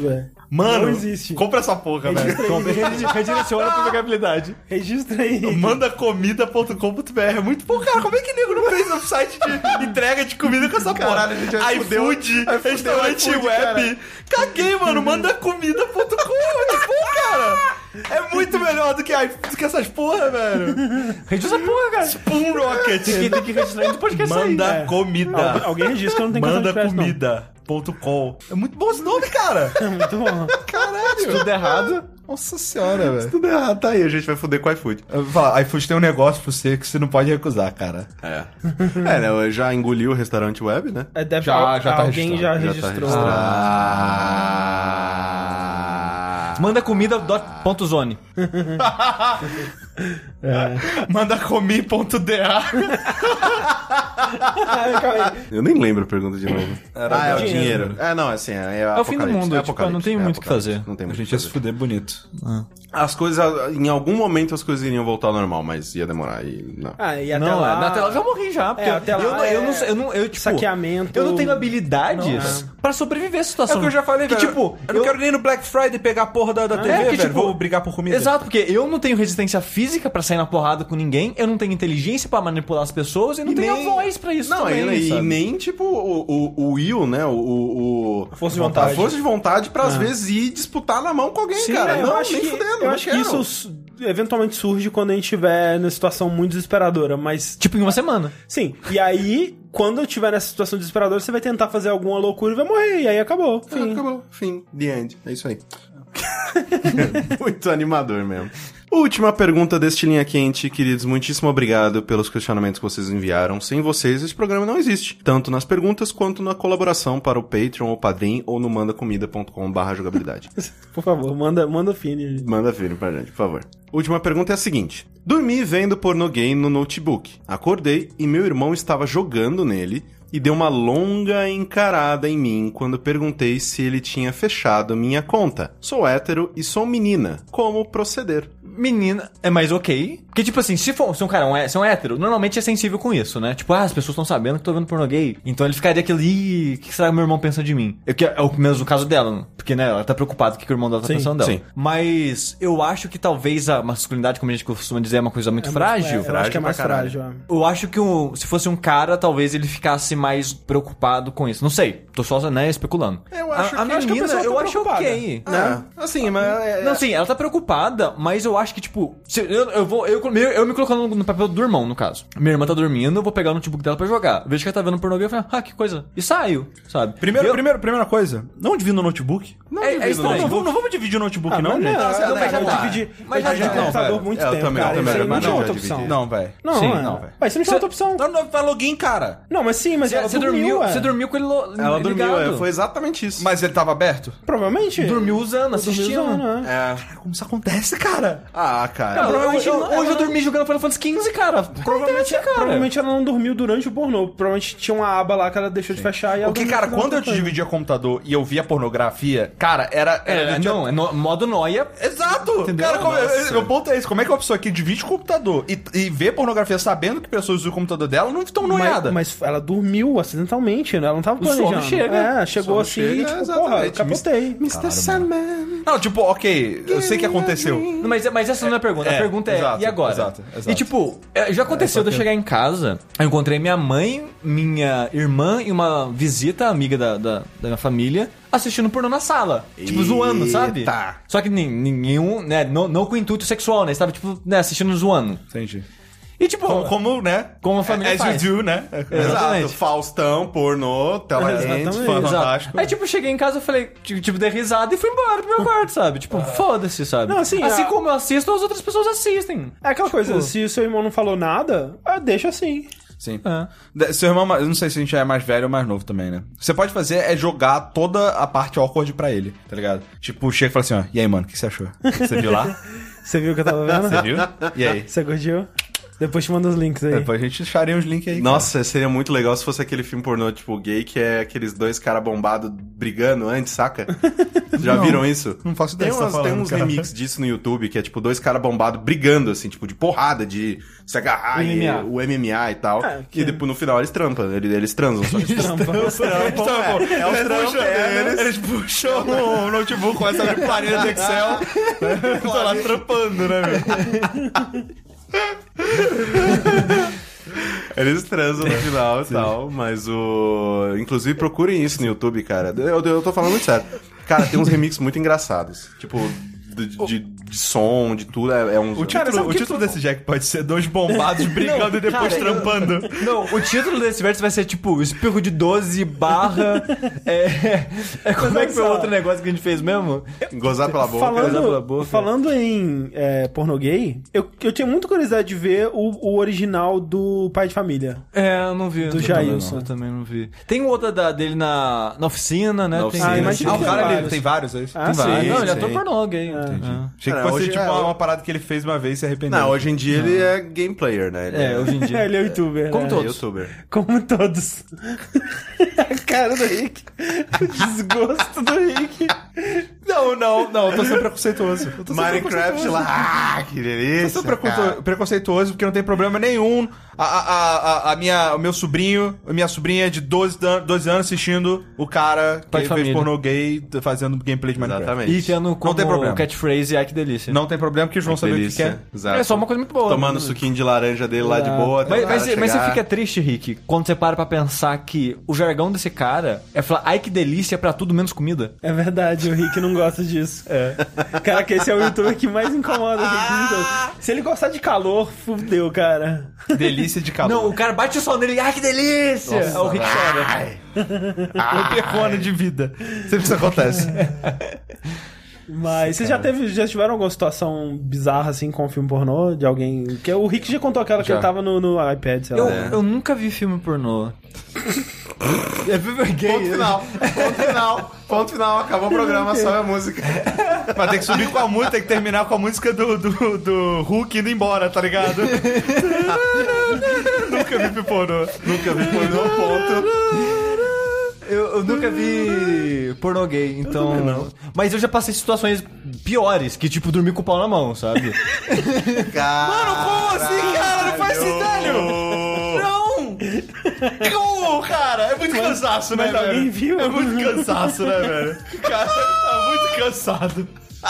Mano, Não existe. compra essa porra, velho. Redireciona pra jogabilidade. Registra aí. manda comida ponto com ponto b r. É muito bom, cara. Como é que nego não fez um site de entrega de comida com essa porra? Caralho, a gente já fudeu- iFood, vai fuder o restaurante iFood, web. Caguei, mano. manda comida ponto com. É muito bom, cara. É muito melhor do que, do que essas porra, velho. Registra essa porra, cara. Spoon Rocket. Tem que, tem que registrar isso depois que sair. Manda É. comida. Al- Alguém registra que eu não tenho Manda cartão de crédito, comida ponto com. É muito bom esse nome, cara. não. Muito bom. Caralho. Tudo errado. Nossa senhora, velho. Tudo errado, tá aí, a gente vai fuder com o iFood. Eu vou falar, iFood tem um negócio pra você que você não pode recusar, cara. É. É, né? Eu já engoli o restaurante web, né? É, deve, Já- al- já tá alguém já registrado, Já tá registrou. registrado. Ah. Manda comida dot- ponto zone. Manda comi ponto d a. Ah, calma aí. Eu nem lembro a pergunta de novo. Era ah, é o dinheiro. dinheiro. É, não, assim, é, é o fim do apocalipse, mundo, é tipo, apocalipse, não tem é muito o que apocalipse, fazer. Não tem A muito gente o que ia se fazer. fuder bonito. As coisas, em algum momento as coisas iriam voltar ao normal, mas ia demorar e não. Ah, e até Não, lá... na tela eu já morri já. Porque É, até lá eu, não- eu, é não, sei- eu não, eu, tipo, saqueamento... eu não tenho habilidades pra sobreviver a essa É situação. o que eu já falei, que, velho. tipo, eu não quero nem no Black Friday pegar a porra da, da T V, é, que, velho. tipo, Vou brigar por comida. Exato, porque eu não tenho resistência física pra sair na porrada com ninguém, eu não tenho inteligência pra manipular as pessoas e não E tenho nem- a voz pra isso Não, também, e, e sabe? nem, tipo, o, o, o Will, né? O, o, o- Força de vontade. A força de vontade pra, às vezes, ir disputar na mão com alguém, Sim, cara. eu não, acho nem que, fudendo, eu não acho que quero. isso su- eventualmente surge quando a gente estiver numa situação muito desesperadora, mas... Tipo, em uma semana. Sim, e aí, quando eu estiver nessa situação desesperadora, você vai tentar fazer alguma loucura e vai morrer, e aí acabou. Ah, Fim. acabou. Fim. The end. É isso aí. Muito animador mesmo. Última pergunta deste Linha Quente, queridos. Muitíssimo obrigado pelos questionamentos que vocês enviaram. Sem vocês, esse programa não existe. Tanto nas perguntas, quanto na colaboração para o Patreon ou Padrim ou no manda comida ponto com barra jogabilidade. Por favor, manda, manda o fine. Manda filho pra gente, por favor. Última pergunta é a seguinte. Dormi vendo pornô gay no notebook. Acordei e meu irmão estava jogando nele e deu uma longa encarada em mim quando perguntei se ele tinha fechado minha conta. Sou hétero e sou menina. Como proceder? Menina, é mais ok. Porque, tipo assim, se for se um cara um, hé- se é um hétero, normalmente é sensível com isso, né? Tipo, ah, as pessoas estão sabendo que tô vendo pornô gay. Então ele ficaria aquele, ih, o que será que meu irmão pensa de mim? É, que é o mesmo caso dela, né? Porque, né, ela tá preocupada com o que o irmão dela tá Sim, pensando dela. sim. Mas eu acho que talvez a masculinidade, como a gente costuma dizer, é uma coisa muito frágil. É, eu acho que é mais pra caralho. frágil. é. Eu acho que o, se fosse um cara, talvez ele ficasse mais preocupado com isso. Não sei, tô só, né, especulando. Eu a, acho a que- acho que a menina, pessoa tá eu acho preocupada. ok. Ah, assim, mas... É, Não, sim, ela tá preocupada, mas eu acho que, tipo, se eu, eu vou. Eu, eu, eu me colocando no, no papel do irmão, no caso. Minha irmã tá dormindo, eu vou pegar o notebook dela pra jogar. Vejo que ela tá vendo pornografia e falo, ah, que coisa. E saio, sabe? Primeiro, eu, primeiro, primeira coisa, não divida o notebook. Não, É- é divido, estranho. Não, não. vamos, não vamos dividir o notebook, Ah, não, mas gente. não, Não, eu, mas já eu dá. dividi, Mas eu já dividi dá. computador Não, muito eu tempo, também, eu cara. também, Isso aí mas não tinha não, outra já dividi. opção. Não, velho. Não, Sim, é. não, velho. Mas você não tinha outra opção. Não, não, vai login, cara. Não, mas sim, mas Você, ela você dormiu, dormiu, é. você dormiu com ele lo, Ela dormiu, ligado. é, foi exatamente isso. Mas ele tava aberto? Provavelmente. Dormiu usando, Eu dormi assistindo. usando, é. É. Como isso acontece, cara? Ah, cara. Não, provavelmente eu- eu- não- hoje ela eu não- dormi jogando Final Fantasy quinze, cara. Provavelmente, Acontece, cara. provavelmente ela não dormiu durante o pornô. Provavelmente tinha uma aba lá que ela deixou de fechar e ela Porque, dormiu cara, fazendo quando eu outra te coisa. dividia computador e eu via pornografia, cara, era... É, era não, é no, modo noia. Exato! Entendeu? Cara, como, Nossa. eu, eu ponto é isso. Como é que uma pessoa que divide o computador e, e vê pornografia sabendo que pessoas usam o computador dela não estão noiadas? Mas, mas ela dormiu acidentalmente, né? Ela não tava O sono planejando. chega. É, chegou sono assim chega, e, tipo, exatamente. porra, eu capotei. mister Sandman. Não, tipo, ok, eu sei que aconteceu. Não, Mas, mas essa não é a pergunta. É, a pergunta é, exato, e agora? exato, exato. E tipo, é, já aconteceu de eu chegar em casa, eu encontrei minha mãe, minha irmã e uma visita amiga da, da, da minha família assistindo pornô na sala. Tipo, zoando, sabe? Eita. Só que nin- nenhum, né, não, não com intuito sexual, né? Estava, tipo, né, assistindo zoando. Entendi. E tipo, Como, como, né? Como a família As faz. you do, né? Exatamente. Exato. Faustão, pornô, tela quente, Exatamente. fã Exato. fantástico. Aí, tipo, eu cheguei em casa e falei, tipo, tipo, dei risada e fui embora pro meu quarto, sabe? Tipo, foda-se, sabe? Não, assim, assim a- como eu assisto, as outras pessoas assistem. É aquela coisa, Tipo- se o seu irmão não falou nada, ah, deixa assim. Sim. É. De- Seu irmão, eu não sei se a gente é mais velho ou mais novo também, né? Você pode fazer é jogar toda a parte awkward pra ele, tá ligado? Tipo, chega e fala assim, ó, e aí, mano, o que você achou? Você viu lá? Você viu o que eu tava vendo? Você viu? E aí? Você curtiu? Depois te manda os links aí. Depois a gente acharia uns links aí. Nossa, seria muito legal se fosse aquele filme pornô, tipo, gay, que é aqueles dois caras bombados brigando antes, saca? Já Não, viram isso? não faço ideia Tem, do que umas, você tá tem falando, uns cara. remix disso no YouTube, que é tipo dois caras bombados brigando, assim, tipo, de porrada, de se agarrar, M M A. e, o M M A e tal. Ah, que- E depois no final eles trampam, eles, eles transam. Só que Trampa. Eles trampam, é o eles trampo puxam- deles. Eles puxam o notebook, começam a abrir planilha do Excel. Estão lá trampando, né, meu? Eles transam no final e tal, mas o... Inclusive, procurem isso no YouTube, cara. Eu, eu tô falando muito sério. Cara, tem uns remixes muito engraçados. Tipo, de, de, de som, de tudo, é, é uns... O título, sabe o o que título que- desse Jack pode ser dois bombados brigando e depois cara, eu- trampando. Não, o título desse verso vai ser tipo Espirro de doze barra. É, é como é que foi o só. outro negócio que a gente fez mesmo? Gozar pela boca. Gozar pela Falando, boca. falando em é, pornô gay, eu, eu tinha muita curiosidade de ver o, o original do Pai de Família. É, eu não vi. Do eu Jailson. também não, Eu também não vi. Tem outra da, dele na, na oficina, né? Na Tem- oficina, Ah, imagina Ah, que o cara tem ele vários. tem vários, é isso? Ah, Tem sim, vários. Não, ele é sim. ator pornô gay. Achei que Cara, fosse hoje tipo é- uma, uma parada que ele fez uma vez e se arrependeu. Não, hoje em dia ele é game player, né? Ele É, hoje em dia. Ele é youtuber. Como né? todos. youtuber. Como todos. A cara do Rick. O desgosto do Rick. Não, não, não, eu tô sendo preconceituoso. Eu tô sendo Minecraft preconceituoso. lá, ah, que Eu delícia, sou preconce- cara. preconceituoso porque não tem problema nenhum. A, a, a, a- a minha, o meu sobrinho, a minha sobrinha de doze, dan- doze anos assistindo o cara Pai que de fez família. pornô gay fazendo gameplay de Minecraft. Exatamente. E tendo como tem problema. catchphrase, ai que delícia. Não tem problema porque eles vão saber o que delícia. quer. Exato. É só uma coisa muito boa. Tomando suquinho de laranja dele lá de boa. até Mas, o cara mas, você- mas você chegar. fica triste, Rick, quando você para pra pensar que o jargão desse cara é falar ai que delícia pra tudo menos comida. É verdade, o Rick não gosta disso. É. Cara, que esse é o youtuber que mais incomoda o Rick. Se ele gostar de calor, fudeu, cara. Delícia de calor. Não, o cara bate o sol nele, ai que delícia! Nossa, Aí o Rick chora. ai. Eu perco um ano de vida. Sempre isso acontece. Mas vocês já, teve, já tiveram alguma situação bizarra assim com um filme pornô de alguém? Que o Rick já contou aquela que Já. ele tava no, no iPad, sei Eu, lá. É. eu nunca vi filme pornô. É filme gay. Ponto final. Ponto final. Ponto final. Acabou o programa, sobe a música. Mas tem que subir com a música, tem que terminar com a música do, do, do Hulk indo embora, tá ligado? Nunca vi piporô. Nunca vi pornô, ponto. Eu, eu nunca vi pornô gay, então. Mas eu já passei situações piores, que tipo, dormir com o pau na mão, sabe? Mano, Como assim, cara? Não faz ideia! Não! Como, cara? É muito cansaço, né, mas alguém velho? viu? É muito cansaço, né, velho? Cara, tá muito cansado.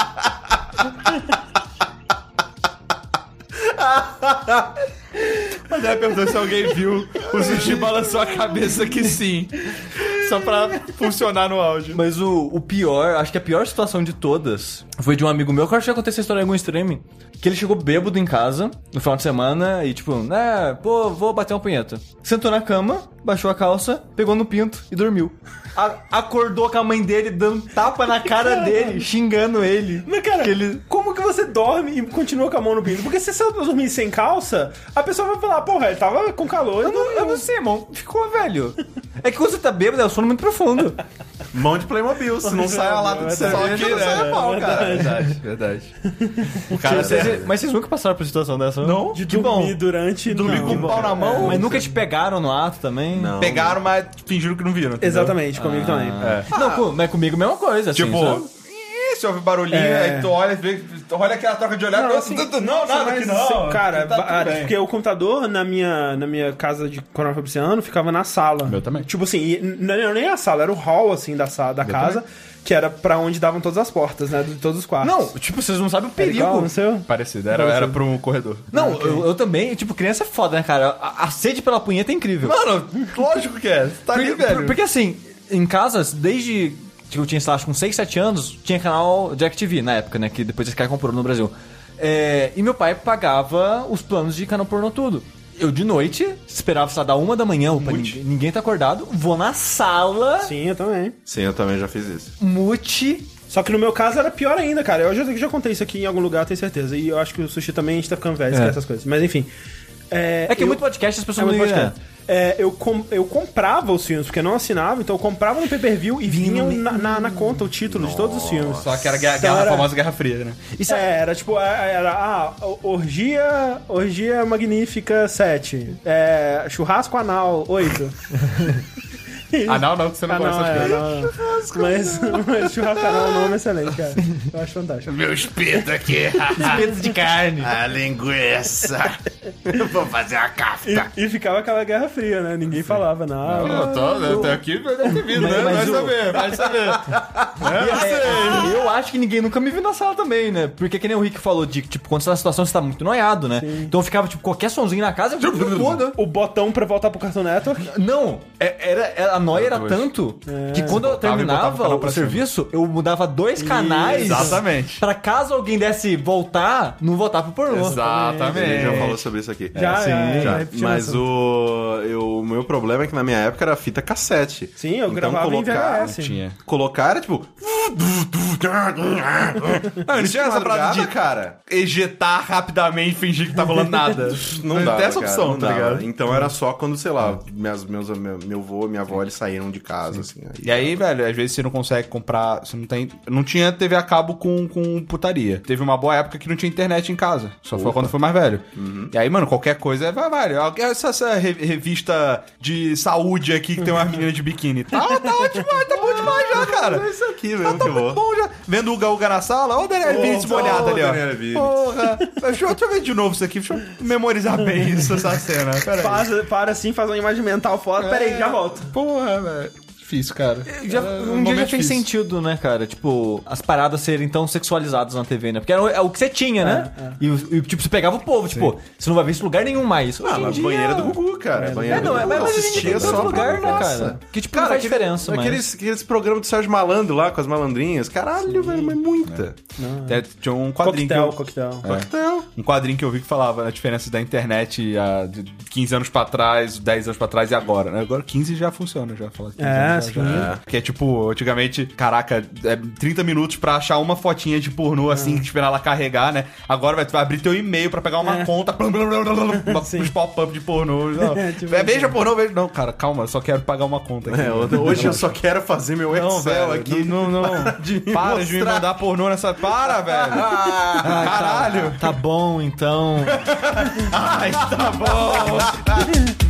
Mas ela perguntou se alguém viu. O Sushi balançou a cabeça que sim. Só pra funcionar no áudio. Mas o, o pior, acho que a pior situação de todas foi de um amigo meu, que eu acho que aconteceu essa história em algum stream. Que ele chegou bêbado em casa no final de semana e tipo, né, pô, vou bater uma punheta. Sentou na cama, baixou a calça, pegou no pinto e dormiu. A- acordou com a mãe dele dando tapa na cara dele, xingando ele. Mas, cara, Que ele- como que você dorme e continua com a mão no pinto? Porque se você dormir sem calça, a pessoa vai falar, porra, ele tava com calor. Eu não, eu não sei, irmão. Ficou, velho. É que quando você tá bêbado, é um sono muito profundo. Mão de Playmobil. Se não sai a lata de cerveja, não sai a pau, cara. Verdade, verdade. O cara Vocês- mas vocês nunca passaram por situação dessa? Não? De Que dormir bom. durante... Dormir não. com o pau na mão? Mas nunca te pegaram no ato também? Não. Pegaram, mas fingiram que não viram. entendeu? Exatamente, comigo também. É. Não, com- mas comigo a mesma coisa, assim, Tipo, sabe? ih, você ouve barulhinho, É. aí tu olha, vê, olha aquela troca de olhar. Não, assim, não, nada mas, aqui não. Cara, Tá tudo va- bem. porque o computador na minha, na minha casa de quando eu fui pra esse ano ficava na sala. Meu também. Tipo assim, e não era nem a sala, era o hall assim da, sala, da casa, que era pra onde davam todas as portas, né? De todos os quartos. Não, tipo, vocês não sabem o Era igual perigo. no seu? Parecido, era, era pro corredor. Não, eu, eu também, tipo, criança é foda, né, cara? A, a sede pela punheta é incrível. Mano, lógico que é. Tá ali, porque, velho. porque assim, em casas, desde que eu tinha, sei lá, acho que com seis, sete anos, tinha canal Jack T V na época, né? Que depois a Sky comprou no Brasil. É, e meu pai pagava os planos de canal pornô tudo. Eu, de noite, esperava, sei lá, da uma da manhã, opa, ninguém, ninguém tá acordado, vou na sala, Sim, eu também. Sim, eu também já fiz isso. mute. Só que no meu caso era pior ainda, cara. Eu já, já contei isso aqui em algum lugar, tenho certeza. E eu acho que o Sushi também, a gente tá ficando velho, esquece essas coisas. Mas enfim. É, É que eu- muito podcast as É pessoas muito não podcast. É, eu, com- eu comprava os filmes, porque eu não assinava, então eu comprava no pay-per-view e vinham na, na, na conta o título de todos os filmes. Só que era a, guerra, Então a era- famosa Guerra Fria, né? Isso é, era tipo, era, ah, orgia, orgia magnífica sete, é, churrasco anal oito. Ah, não, não, que você não gosta Anal, dessas é, coisas. não, não. Mas, mas churrasco anal é um nome excelente, cara. Eu acho fantástico. Meu espeto aqui. Espetos de carne. A linguiça. Eu vou fazer a kafta. E, e ficava aquela guerra fria, né? Ninguém falava nada. Eu tô, até aqui vai ter vindo, Mas- né? mas Vai o- saber, vai saber. É, eu acho que ninguém nunca me viu na sala também, né? Porque que nem o Rick falou de, tipo, quando você tá na situação, você tá muito noiado, né? Então ficava, tipo, qualquer sonzinho na casa, eu foda. O botão pra voltar pro Cartoon Network. Não, é- era, era- a noia era Dois. tanto que quando eu botava e botava o terminava canal o pra cima. serviço, eu mudava dois canais. Exatamente. Pra caso alguém desse voltar, não voltar pro pornô. Ele Exatamente. já falou sobre isso aqui. Já, sim, já, Já, já repetiu mas essa. o, eu, o meu problema é que na minha época era fita cassete. Sim, eu Então, gravava em V colocar- H S. Tinha. Colocar era tipo. Não, não tinha essa parada de cara. ejetar rapidamente e fingir que tá rolando nada. Não dava, tem essa cara, opção, não tá dava. ligado? Então era só quando, sei lá, meus, meus, meu, meu avô e minha avó eles saíram de casa, assim. Aí, E aí, velho, às vezes você não consegue comprar, você não tem... Não tinha T V a cabo com, com putaria. Teve uma boa época que não tinha internet em casa. Só foi quando eu fui mais velho. E aí, mano, qualquer coisa é, vai, velho. Essa, essa re- revista de saúde aqui que tem umas meninas de biquíni. Tá, tá ótimo, tá bom demais já, cara. é isso aqui Tá, mesmo tá que eu muito vou. bom já. Vendo o Uga Uga na sala, ó o Daniel Vinicius molhado ali, ó. Daniel Vinicius. Porra. Deixa eu, deixa eu ver de novo isso aqui, deixa eu memorizar bem isso, essa cena. Pera aí. Para, para assim, faz uma imagem mental foda. Pera aí, já volto. Porra, velho. Difícil, cara. Já, Era um dia já momento fez difícil. sentido, né, cara? Tipo, as paradas serem tão sexualizadas na T V, né? Porque era o, é o que você tinha, né? E, o- e, tipo, você pegava o povo, tipo, você não vai ver isso em lugar nenhum mais. Hoje Ah, em na dia- banheira do Gugu, cara. banheira É, não, do é, Gugu. mas, Eu mas hoje em dia assistia tem só todo pra lugar, né, nossa. cara? Que, tipo, Cara, não faz aquele- diferença, mas... aqueles, aqueles programas do Sérgio Malandro lá, com as malandrinhas. Caralho, velho, mas muita. É, tinha um quadrinho Coquetel, que eu... coquetel. Então, Um quadrinho que eu vi que falava a diferença da internet há de quinze anos pra trás, dez anos pra trás e agora, né? Agora quinze já funciona, já fala quinze É, anos já- sim. já- é. Que é tipo, antigamente, caraca, é trinta minutos pra achar uma fotinha de pornô assim, esperar ela carregar, né? Agora vai, tu vai abrir teu e-mail pra pegar uma É. conta, blá, blá, blá, blá, blá, Sim. uns pop-up de pornô. Não. É, tipo é, veja assim. pornô, veja. Não, cara, calma, eu só quero pagar uma conta aqui. é, hoje eu só quero fazer meu Não, Excel velho, aqui. Não, não. de me Para de me mostrar. mandar pornô nessa. Para, velho. Ah, Caralho. Tá, tá bom, então... Ai, tá bom.